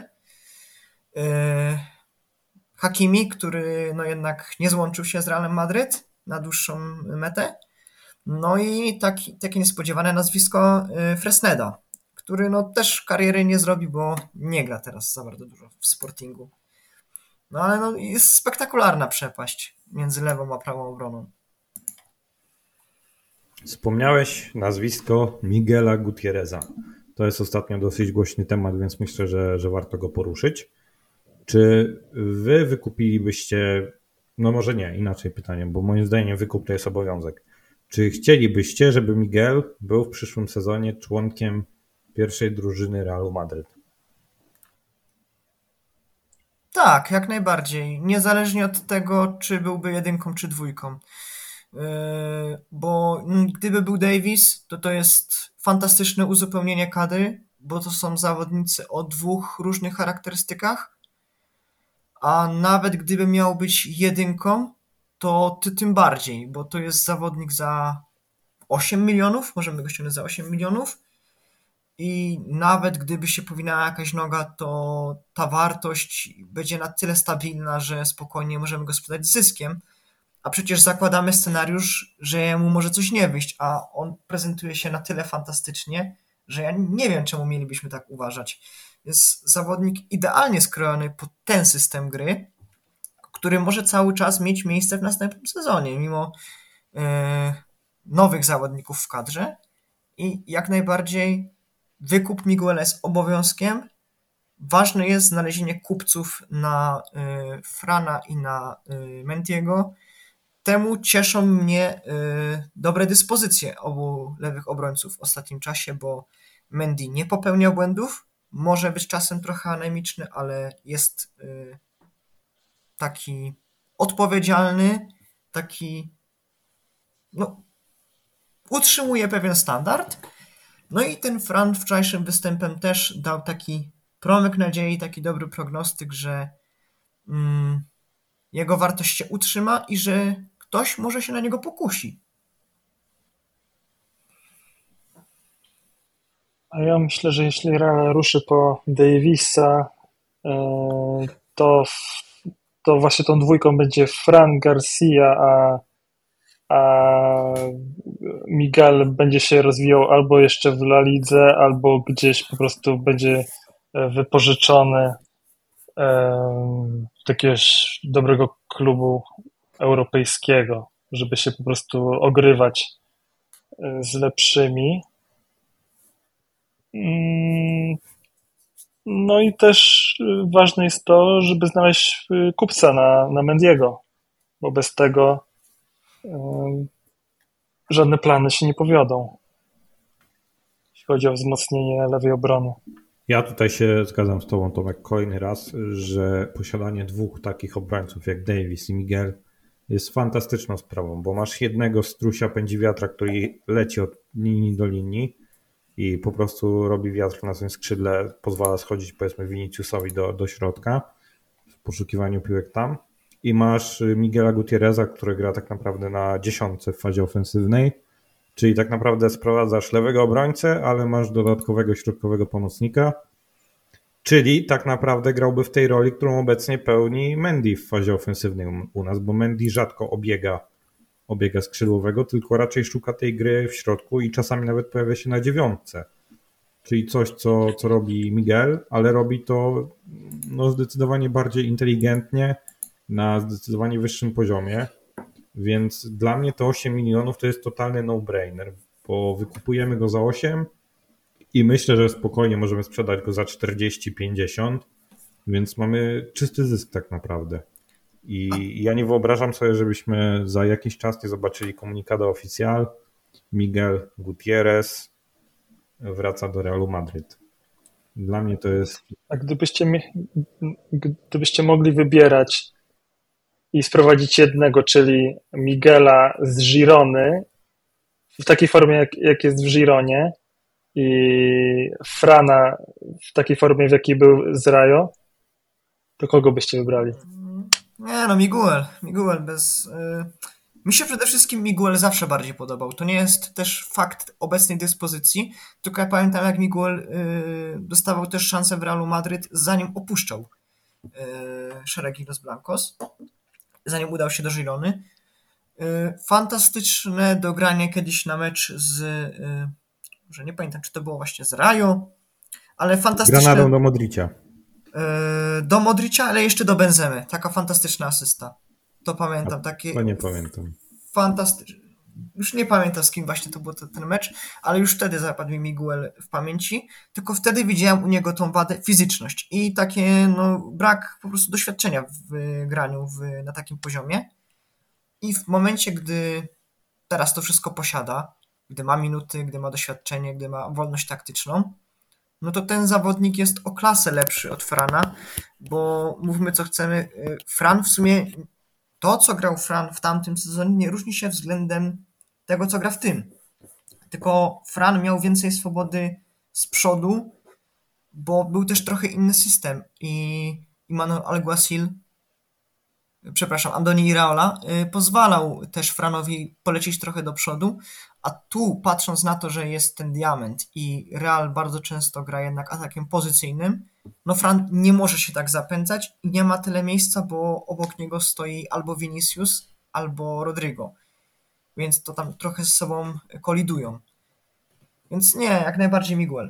Hakimi, który no jednak nie złączył się z Realem Madryt na dłuższą metę. No i takie niespodziewane nazwisko Fresneda, który no też kariery nie zrobi, bo nie gra teraz za bardzo dużo w Sportingu. No ale no jest spektakularna przepaść między lewą a prawą obroną. Wspomniałeś nazwisko Miguela Gutierreza. To jest ostatnio dosyć głośny temat, więc myślę, że warto go poruszyć. Czy wy wykupilibyście, no może nie, inaczej pytanie, bo moim zdaniem wykup to jest obowiązek. Czy chcielibyście, żeby Miguel był w przyszłym sezonie członkiem pierwszej drużyny Realu Madryt? Tak, jak najbardziej. Niezależnie od tego, czy byłby 1 czy 2. Bo gdyby był Davis, to jest fantastyczne uzupełnienie kadry, bo to są zawodnicy o 2 różnych charakterystykach, a nawet gdyby miał być 1, to tym bardziej, bo to jest zawodnik za 8 milionów, możemy go ściągnąć za 8 milionów i nawet gdyby się powinęła jakaś noga, to ta wartość będzie na tyle stabilna, że spokojnie możemy go sprzedać z zyskiem, a przecież zakładamy scenariusz, że jemu może coś nie wyjść, a on prezentuje się na tyle fantastycznie, że ja nie wiem, czemu mielibyśmy tak uważać. Jest zawodnik idealnie skrojony pod ten system gry, który może cały czas mieć miejsce w następnym sezonie, mimo nowych zawodników w kadrze i jak najbardziej wykup Miguela jest obowiązkiem. Ważne jest znalezienie kupców na Frana i na Mendiego. Temu cieszą mnie dobre dyspozycje obu lewych obrońców w ostatnim czasie, bo Mendy nie popełnia błędów, może być czasem trochę anemiczny, ale jest taki odpowiedzialny, taki no, utrzymuje pewien standard. No i ten Fran wczorajszym występem też dał taki promyk nadziei, taki dobry prognostyk, że jego wartość się utrzyma i że ktoś może się na niego pokusi. A ja myślę, że jeśli Real ruszy po Davisa, to właśnie tą 2 będzie Fran Garcia, a Miguel będzie się rozwijał albo jeszcze w La Lidze, albo gdzieś po prostu będzie wypożyczony do jakiegoś dobrego klubu europejskiego, żeby się po prostu ogrywać z lepszymi. No i też ważne jest to, żeby znaleźć kupca na Mendiego, bo bez tego żadne plany się nie powiodą, jeśli chodzi o wzmocnienie lewej obrony. Ja tutaj się zgadzam z tobą, Tomek, kolejny raz, że posiadanie 2 takich obrońców jak Davis i Miguel jest fantastyczną sprawą, bo masz jednego strusia pędzi wiatra, który leci od linii do linii, i po prostu robi wiatr na swoim skrzydle, pozwala schodzić powiedzmy Viniciusowi do środka w poszukiwaniu piłek tam. I masz Miguela Gutierreza, który gra tak naprawdę na 10 w fazie ofensywnej, czyli tak naprawdę sprowadzasz lewego obrońcę, ale masz dodatkowego środkowego pomocnika, czyli tak naprawdę grałby w tej roli, którą obecnie pełni Mendy w fazie ofensywnej u nas, bo Mendy rzadko obiega skrzydłowego, tylko raczej szuka tej gry w środku i czasami nawet pojawia się na 9. Czyli coś, co robi Miguel, ale robi to no, zdecydowanie bardziej inteligentnie, na zdecydowanie wyższym poziomie, więc dla mnie to 8 milionów to jest totalny no-brainer, bo wykupujemy go za 8 i myślę, że spokojnie możemy sprzedać go za 40-50, więc mamy czysty zysk tak naprawdę. I ja nie wyobrażam sobie, żebyśmy za jakiś czas nie zobaczyli komunikatu oficjal. Miguel Gutierrez wraca do Realu Madryt. Dla mnie to jest... A gdybyście mogli wybierać i sprowadzić jednego, czyli Miguela z Girony w takiej formie, jak jest w Gironie, i Frana w takiej formie, w jakiej był z Rayo, to kogo byście wybrali? Nie, no Miguel bez... Mi się przede wszystkim Miguel zawsze bardziej podobał. To nie jest też fakt obecnej dyspozycji, tylko ja pamiętam, jak Miguel dostawał też szansę w Realu Madryt, zanim opuszczał szeregi Los Blancos, zanim udał się do Girony. Fantastyczne dogranie kiedyś na mecz z... że nie pamiętam, czy to było właśnie z Rayo, ale fantastyczne... Granadą do Modricia. Do Modricia, ale jeszcze do Benzemy. Taka fantastyczna asysta. To pamiętam. Takie... To nie pamiętam. Fantastyczne. Już nie pamiętam, z kim właśnie to był ten mecz, ale już wtedy zapadł mi Miguel w pamięci. Tylko wtedy widziałem u niego tą wadę, fizyczność i takie brak po prostu doświadczenia w graniu na takim poziomie. I w momencie, gdy teraz to wszystko posiada, gdy ma minuty, gdy ma doświadczenie, gdy ma wolność taktyczną, no to ten zawodnik jest o klasę lepszy od Frana, bo mówmy co chcemy, Fran w sumie, to co grał Fran w tamtym sezonie nie różni się względem tego co gra w tym, tylko Fran miał więcej swobody z przodu, bo był też trochę inny system i Manuel Alguacil, Andoni Iraola pozwalał też Franowi polecieć trochę do przodu, a tu patrząc na to, że jest ten diament i Real bardzo często gra jednak atakiem pozycyjnym, no Fran nie może się tak zapędzać i nie ma tyle miejsca, bo obok niego stoi albo Vinicius, albo Rodrygo, więc to tam trochę z sobą kolidują. Więc nie, jak najbardziej Miguel.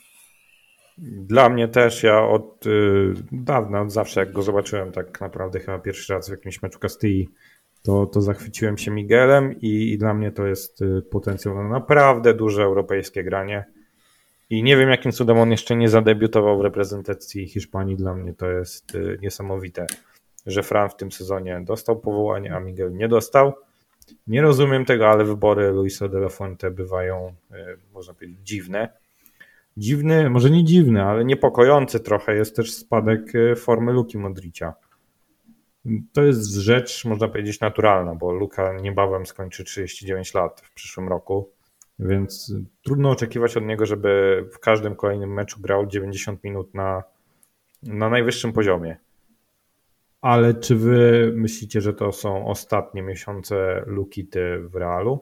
Dla mnie też, ja od dawna, od zawsze jak go zobaczyłem tak naprawdę chyba pierwszy raz w jakimś meczu Castilla, to zachwyciłem się Miguelem i dla mnie to jest potencjał na naprawdę duże europejskie granie i nie wiem jakim cudem on jeszcze nie zadebiutował w reprezentacji Hiszpanii. Dla mnie to jest niesamowite, że Fran w tym sezonie dostał powołanie, a Miguel nie dostał. Nie rozumiem tego, ale wybory Luisa de la Fuente bywają, można powiedzieć, dziwne. Dziwny, może nie dziwny, ale niepokojący trochę jest też spadek formy Luki Modricia. To jest rzecz, można powiedzieć, naturalna, bo Luka niebawem skończy 39 lat w przyszłym roku, więc trudno oczekiwać od niego, żeby w każdym kolejnym meczu grał 90 minut na najwyższym poziomie. Ale czy wy myślicie, że to są ostatnie miesiące Lukity w Realu?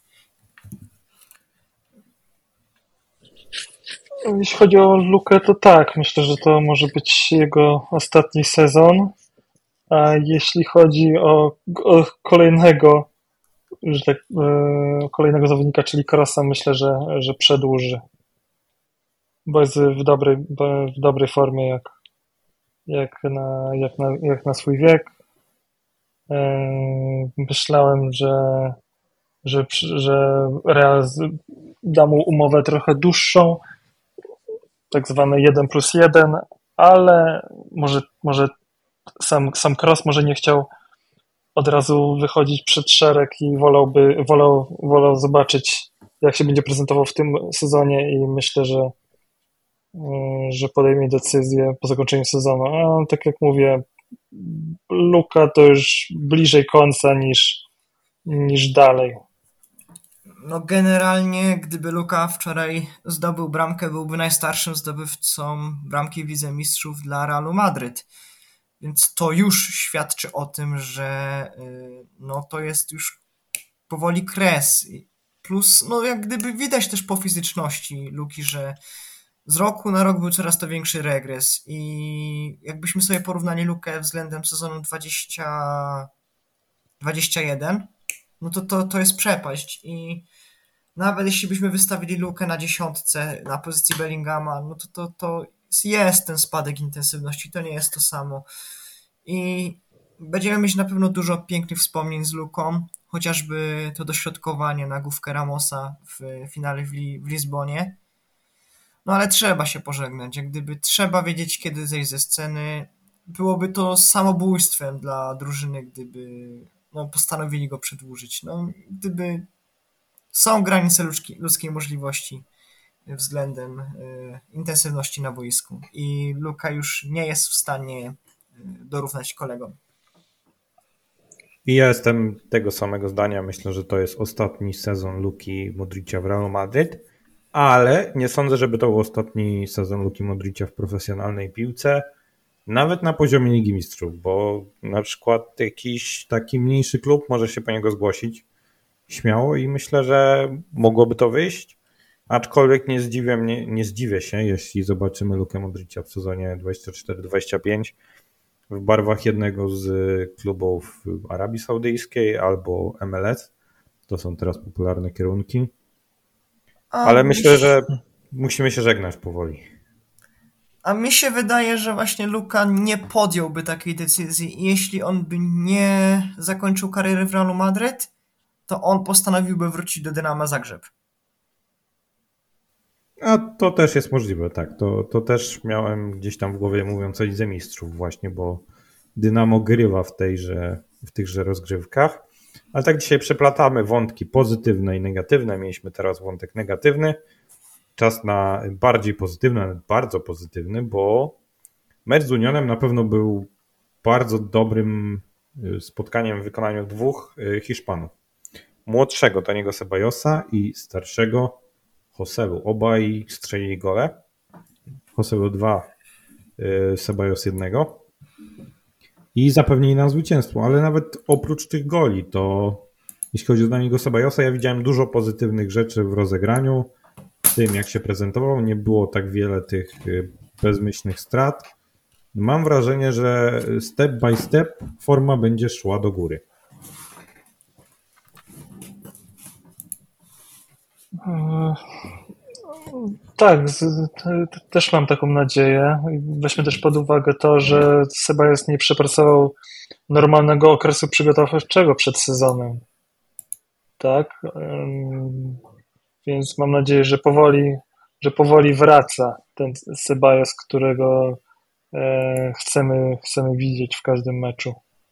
Jeśli chodzi o Lukę, to tak, myślę, że to może być jego ostatni sezon. A jeśli chodzi o kolejnego, kolejnego zawodnika, czyli Krosa, myślę, że przedłuży. Bo jest w dobrej formie jak na swój wiek. Myślałem, że Real da mu umowę trochę dłuższą, tak zwane 1+1, ale może sam Kroos może nie chciał od razu wychodzić przed szereg i wolał zobaczyć, jak się będzie prezentował w tym sezonie i myślę, że podejmie decyzję po zakończeniu sezonu. A tak jak mówię, Luka to już bliżej końca niż dalej. No generalnie, gdyby Luka wczoraj zdobył bramkę, byłby najstarszym zdobywcą bramki w Lidze Mistrzów dla Realu Madryt. Więc to już świadczy o tym, że no to jest już powoli kres. Plus, no jak gdyby widać też po fizyczności Luki, że z roku na rok był coraz to większy regres i jakbyśmy sobie porównali Lukę względem sezonu 2021, no to jest przepaść i nawet jeśli byśmy wystawili Lukę na 10 na pozycji Bellingama, no to jest ten spadek intensywności, to nie jest to samo. I będziemy mieć na pewno dużo pięknych wspomnień z Luką, chociażby to dośrodkowanie na główkę Ramosa w finale w Lizbonie. No ale trzeba się pożegnać, jak gdyby trzeba wiedzieć, kiedy zejść ze sceny. Byłoby to samobójstwem dla drużyny, gdyby postanowili go przedłużyć. No, gdyby są granice ludzkiej możliwości względem intensywności na boisku i Luka już nie jest w stanie dorównać kolegom. I ja jestem tego samego zdania. Myślę, że to jest ostatni sezon Luki Modricia w Realu Madryt, ale nie sądzę, żeby to był ostatni sezon Luki Modricia w profesjonalnej piłce, nawet na poziomie Ligi Mistrzów, bo na przykład jakiś taki mniejszy klub może się po niego zgłosić śmiało i myślę, że mogłoby to wyjść, aczkolwiek nie zdziwię się, jeśli zobaczymy Lukę Modricia w sezonie 24-25 w barwach jednego z klubów Arabii Saudyjskiej albo MLS. To są teraz popularne kierunki. Ale myślę, że musimy się żegnać powoli. A mi się wydaje, że właśnie Luka nie podjąłby takiej decyzji. Jeśli on by nie zakończył kariery w Realu Madryt, to on postanowiłby wrócić do Dynama Zagrzeb. A to też jest możliwe, tak. To też miałem gdzieś tam w głowie mówiąc o Lidze Mistrzów właśnie, bo Dynamo grywa w tychże rozgrywkach. Ale tak dzisiaj przeplatamy wątki pozytywne i negatywne. Mieliśmy teraz wątek negatywny. Czas na bardziej pozytywny, nawet bardzo pozytywny, bo mecz z Unionem na pewno był bardzo dobrym spotkaniem w wykonaniu dwóch Hiszpanów. Młodszego Daniego Ceballosa i starszego Joselu. Obaj strzelili gole. Joselu 2, Ceballos 1. I zapewnili nam zwycięstwo, ale nawet oprócz tych goli, to jeśli chodzi o Daniego Ceballosa, ja widziałem dużo pozytywnych rzeczy w rozegraniu, w tym jak się prezentował, nie było tak wiele tych bezmyślnych strat. Mam wrażenie, że step by step forma będzie szła do góry. Tak, też mam taką nadzieję. Weźmy też pod uwagę to, że Ceballos nie przepracował normalnego okresu przygotowawczego przed sezonem. Tak? Więc mam nadzieję, że powoli wraca ten Ceballos, którego chcemy widzieć w każdym meczu.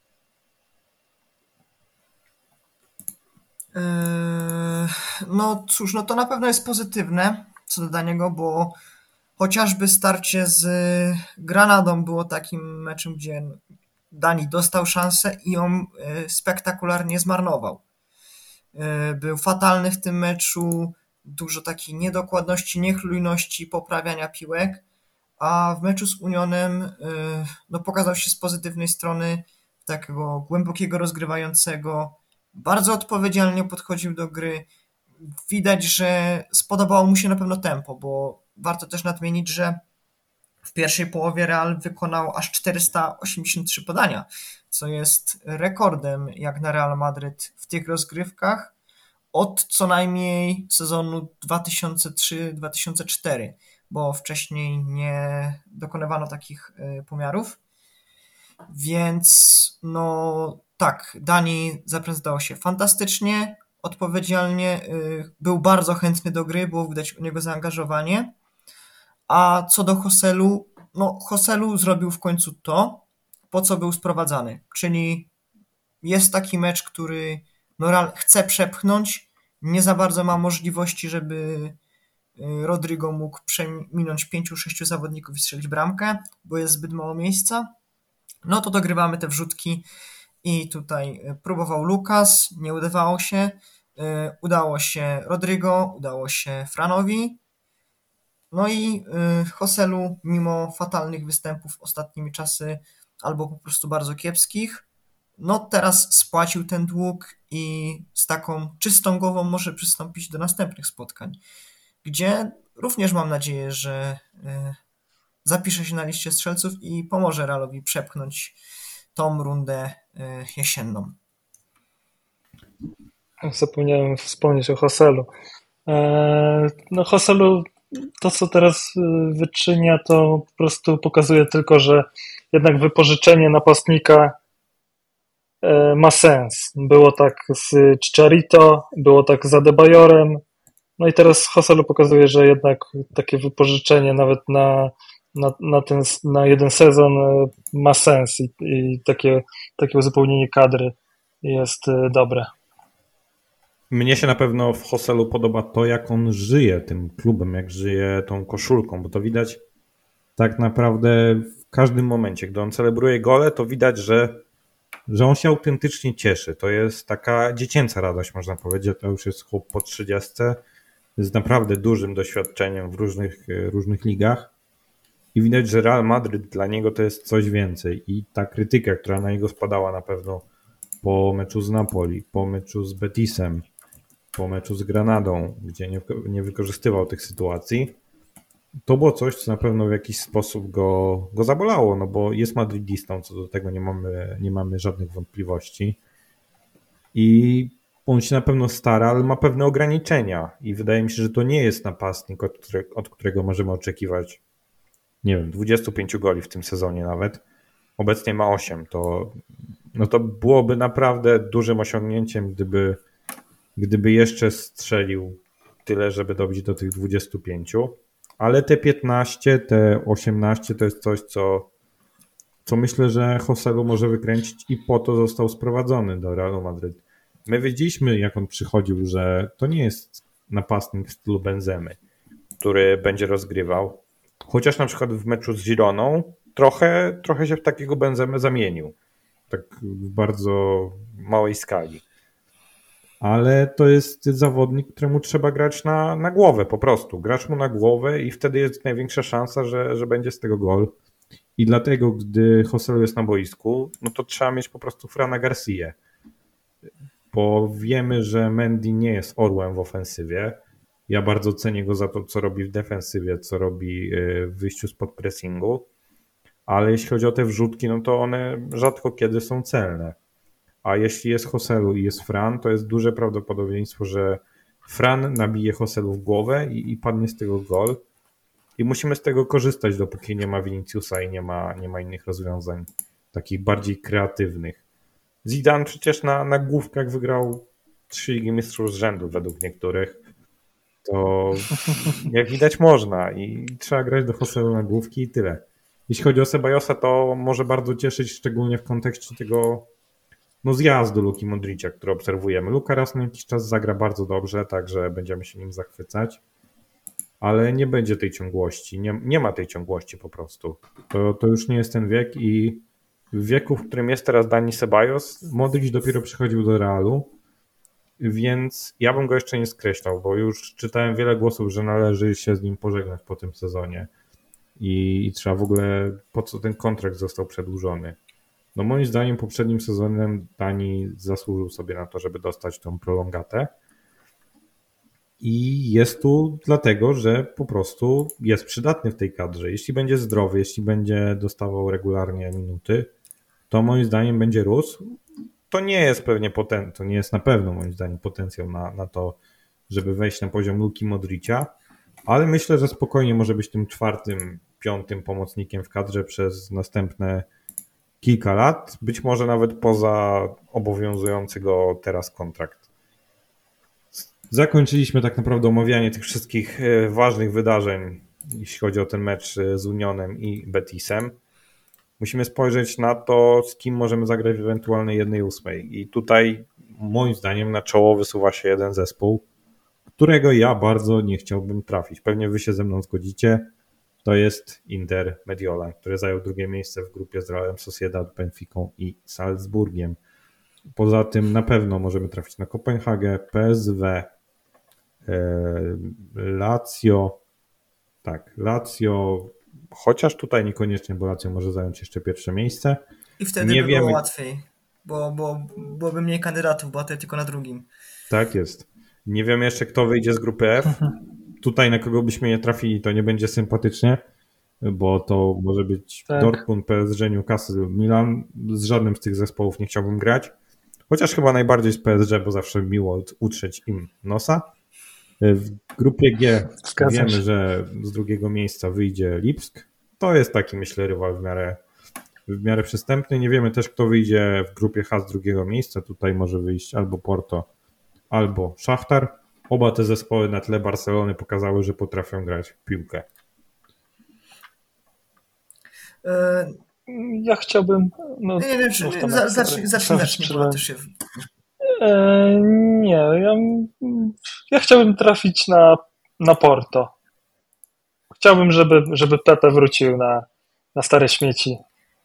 No cóż, no to na pewno jest pozytywne co do Daniego, bo chociażby starcie z Granadą było takim meczem, gdzie Dani dostał szansę i ją spektakularnie zmarnował. Był fatalny w tym meczu, dużo takiej niedokładności, niechlujności, poprawiania piłek, a w meczu z Unionem no, pokazał się z pozytywnej strony takiego głębokiego rozgrywającego, bardzo odpowiedzialnie podchodził do gry. Widać, że spodobało mu się na pewno tempo, bo warto też nadmienić, że w pierwszej połowie Real wykonał aż 483 podania, co jest rekordem jak na Real Madryt w tych rozgrywkach od co najmniej sezonu 2003-2004, bo wcześniej nie dokonywano takich pomiarów. Więc no tak, Dani zaprezentował się fantastycznie, odpowiedzialnie, był bardzo chętny do gry, było widać u niego zaangażowanie. A co do Joselu, no Joselu zrobił w końcu to, po co był sprowadzany, czyli jest taki mecz, który Real chce przepchnąć, nie za bardzo ma możliwości, żeby Rodrigo mógł przeminąć 5-6 zawodników i strzelić bramkę, bo jest zbyt mało miejsca. No to dogrywamy te wrzutki i tutaj próbował Lucas, nie udawało się. Udało się Rodrygo, udało się Franowi. No i Joselu, mimo fatalnych występów ostatnimi czasy, albo po prostu bardzo kiepskich, no teraz spłacił ten dług i z taką czystą głową może przystąpić do następnych spotkań, gdzie również mam nadzieję, że zapisze się na liście strzelców i pomoże Realowi przepchnąć tą rundę jesienną. Zapomniałem wspomnieć o Joselu. No Joselu, to co teraz wyczynia, to po prostu pokazuje tylko, że jednak wypożyczenie napastnika ma sens. Było tak z Chicharito, było tak z Adebayorem, no i teraz Joselu pokazuje, że jednak takie wypożyczenie nawet na jeden sezon ma sens i takie uzupełnienie kadry jest dobre. Mnie się na pewno w Joselu podoba to, jak on żyje tym klubem, jak żyje tą koszulką, bo to widać tak naprawdę w każdym momencie. Gdy on celebruje gole, to widać, że on się autentycznie cieszy. To jest taka dziecięca radość, można powiedzieć. To już jest chłop po 30, z naprawdę dużym doświadczeniem w różnych ligach. I widać, że Real Madryt dla niego to jest coś więcej. I ta krytyka, która na niego spadała na pewno po meczu z Napoli, po meczu z Betisem, po meczu z Granadą, gdzie nie wykorzystywał tych sytuacji, to było coś, co na pewno w jakiś sposób go zabolało, no bo jest madrydistą, co do tego nie mamy żadnych wątpliwości. I on się na pewno stara, ale ma pewne ograniczenia i wydaje mi się, że to nie jest napastnik, od którego możemy oczekiwać, nie wiem, 25 goli w tym sezonie nawet. Obecnie ma 8. To byłoby naprawdę dużym osiągnięciem, gdyby jeszcze strzelił tyle, żeby dobić do tych 25. Ale te 15, te 18 to jest coś, co myślę, że Joselu może wykręcić i po to został sprowadzony do Realu Madryt. My wiedzieliśmy, jak on przychodził, że to nie jest napastnik w stylu Benzemy, który będzie rozgrywał. Chociaż na przykład w meczu z Gironą trochę się w takiego Benzemę zamienił. Tak w bardzo małej skali. Ale to jest zawodnik, któremu trzeba grać na głowę po prostu. Grać mu na głowę i wtedy jest największa szansa, że będzie z tego gol. I dlatego, gdy Joselu jest na boisku, no to trzeba mieć po prostu Frana García. Bo wiemy, że Mendy nie jest orłem w ofensywie. Ja bardzo cenię go za to, co robi w defensywie, co robi w wyjściu spod pressingu. Ale jeśli chodzi o te wrzutki, no to one rzadko kiedy są celne. A jeśli jest Joselu i jest Fran, to jest duże prawdopodobieństwo, że Fran nabije Joselu w głowę i padnie z tego gol. I musimy z tego korzystać, dopóki nie ma Viniciusa i nie ma innych rozwiązań takich bardziej kreatywnych. Zidane przecież na główkach wygrał 3 Ligi Mistrzów z rzędu według niektórych. To jak widać można i trzeba grać do Joselu na główki i tyle. Jeśli chodzi o Ceballosa, to może bardzo cieszyć, szczególnie w kontekście tego zjazdu Luki Modricia, który obserwujemy. Luka raz na jakiś czas zagra bardzo dobrze, także będziemy się nim zachwycać, ale nie będzie tej ciągłości, nie ma tej ciągłości po prostu. To już nie jest ten wiek i w wieku, w którym jest teraz Dani Ceballos, Modric dopiero przychodził do Realu, więc ja bym go jeszcze nie skreślał, bo już czytałem wiele głosów, że należy się z nim pożegnać po tym sezonie i trzeba w ogóle, po co ten kontrakt został przedłużony. No moim zdaniem poprzednim sezonem Dani zasłużył sobie na to, żeby dostać tą prolongatę i jest tu dlatego, że po prostu jest przydatny w tej kadrze. Jeśli będzie zdrowy, jeśli będzie dostawał regularnie minuty, to moim zdaniem będzie rósł. To nie jest to nie jest na pewno moim zdaniem potencjał na to, żeby wejść na poziom Luki Modricia, ale myślę, że spokojnie może być tym 4., 5. pomocnikiem w kadrze przez następne kilka lat, być może nawet poza obowiązujący go teraz kontrakt. Zakończyliśmy tak naprawdę omawianie tych wszystkich ważnych wydarzeń, jeśli chodzi o ten mecz z Unionem i Betisem. Musimy spojrzeć na to, z kim możemy zagrać w ewentualnej 1/8. I tutaj moim zdaniem na czoło wysuwa się jeden zespół, którego ja bardzo nie chciałbym trafić. Pewnie wy się ze mną zgodzicie. To jest Inter Mediolan, który zajął 2. miejsce w grupie z Realem Sociedad, Benficą i Salzburgiem. Poza tym na pewno możemy trafić na Kopenhagę, PSW, Lazio. Tak, Lazio, chociaż tutaj niekoniecznie, bo Lazio może zająć jeszcze pierwsze miejsce. I wtedy by było łatwiej, bo byłoby mniej kandydatów, bo tylko na drugim. Tak jest. Nie wiem jeszcze, kto wyjdzie z grupy F. Tutaj na kogo byśmy nie trafili, to nie będzie sympatycznie, bo to może być Dortmund, PSG, Newcastle, Milan. Z żadnym z tych zespołów nie chciałbym grać. Chociaż chyba najbardziej z PSG, bo zawsze miło utrzeć im nosa. W grupie G wiemy, że z drugiego miejsca wyjdzie Lipsk. To jest taki, myślę, rywal w miarę przystępny. Nie wiemy też, kto wyjdzie w grupie H z drugiego miejsca. Tutaj może wyjść albo Porto, albo Szachtar. Oba te zespoły na tle Barcelony pokazały, że potrafią grać w piłkę. Ja chciałbym... Zacznij, bo to się... Nie, ja chciałbym trafić na Porto. Chciałbym, żeby Pepe wrócił na stare śmieci.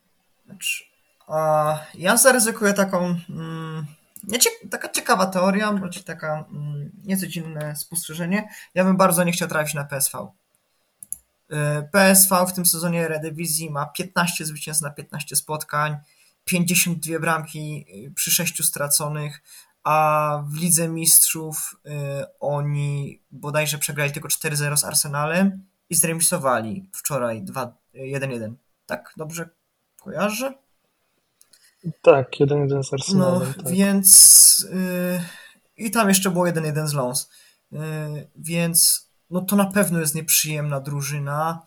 Ja zaryzykuję taką taka ciekawa teoria, bądź taka nieco dziwne spostrzeżenie. Ja bym bardzo nie chciał trafić na PSV. PSV w tym sezonie Eredivisie ma 15 zwycięstw na 15 spotkań, 52 bramki przy 6 straconych, a w Lidze Mistrzów oni bodajże przegrali tylko 4-0 z Arsenalem i zremisowali wczoraj 1-1. Tak? Dobrze kojarzę? Tak, 1-1 z Arsenalem. No, tak. Więc i tam jeszcze było 1-1 z Lens. Więc no to na pewno jest nieprzyjemna drużyna.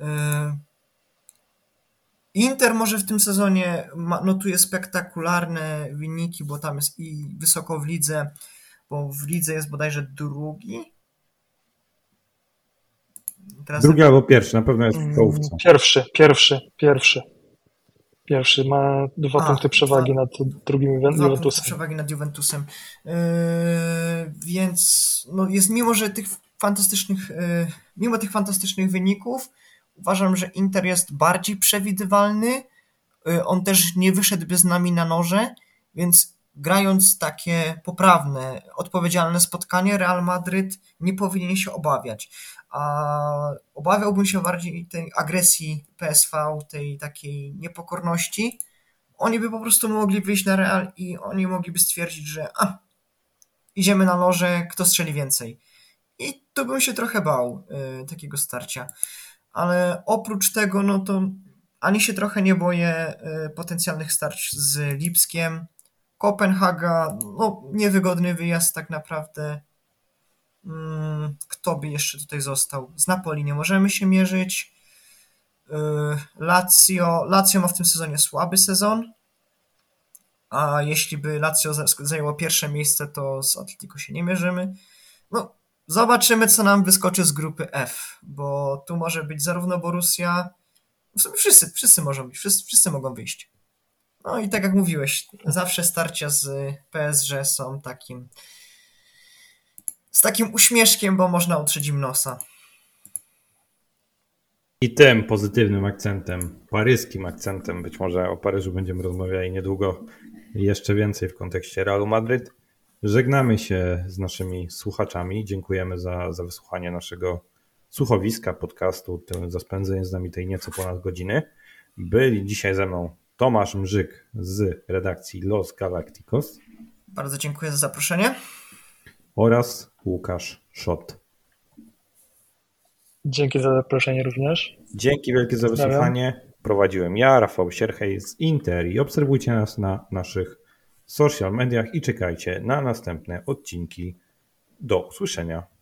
Inter może w tym sezonie notuje spektakularne wyniki, bo tam jest i wysoko w lidze, bo w lidze jest bodajże drugi. Drugi albo pierwszy, na pewno jest w czołówce. Pierwszy ma 2 punkty przewagi nad drugim Juventusem. 2 punkty przewagi nad Juventusem. Więc no jest, mimo tych fantastycznych wyników, uważam, że Inter jest bardziej przewidywalny. On też nie wyszedłby z nami na noże, więc grając takie poprawne, odpowiedzialne spotkanie, Real Madryt nie powinien się obawiać. A obawiałbym się bardziej tej agresji PSV, tej takiej niepokorności. Oni by po prostu mogli wyjść na Real i oni mogliby stwierdzić, że idziemy na noże, kto strzeli więcej. I tu bym się trochę bał takiego starcia. Ale oprócz tego, no to ani się trochę nie boję potencjalnych starć z Lipskiem. Kopenhaga, no niewygodny wyjazd tak naprawdę. Kto by jeszcze tutaj został? Z Napoli nie możemy się mierzyć. Lazio ma w tym sezonie słaby sezon. A jeśli by Lazio zajęło pierwsze miejsce, to z Atletico się nie mierzymy. No, zobaczymy, co nam wyskoczy z grupy F, bo tu może być zarówno Borussia, w sumie wszyscy mogą być, wszyscy mogą wyjść. No i tak jak mówiłeś, zawsze starcia z PSG są z takim uśmieszkiem, bo można utrzeć im nosa. I tym pozytywnym akcentem, paryskim akcentem, być może o Paryżu będziemy rozmawiali niedługo jeszcze więcej w kontekście Realu Madryt. Żegnamy się z naszymi słuchaczami. Dziękujemy za wysłuchanie naszego słuchowiska, podcastu, za spędzenie z nami tej nieco ponad godziny. Byli dzisiaj ze mną Tomasz Mrzyk z redakcji Los Galacticos. Bardzo dziękuję za zaproszenie. Oraz Łukasz Szot. Dzięki za zaproszenie również. Dzięki wielkie za wysłuchanie. Prowadziłem ja, Rafał Sierchej z Inter i obserwujcie nas na naszych social mediach i czekajcie na następne odcinki. Do usłyszenia.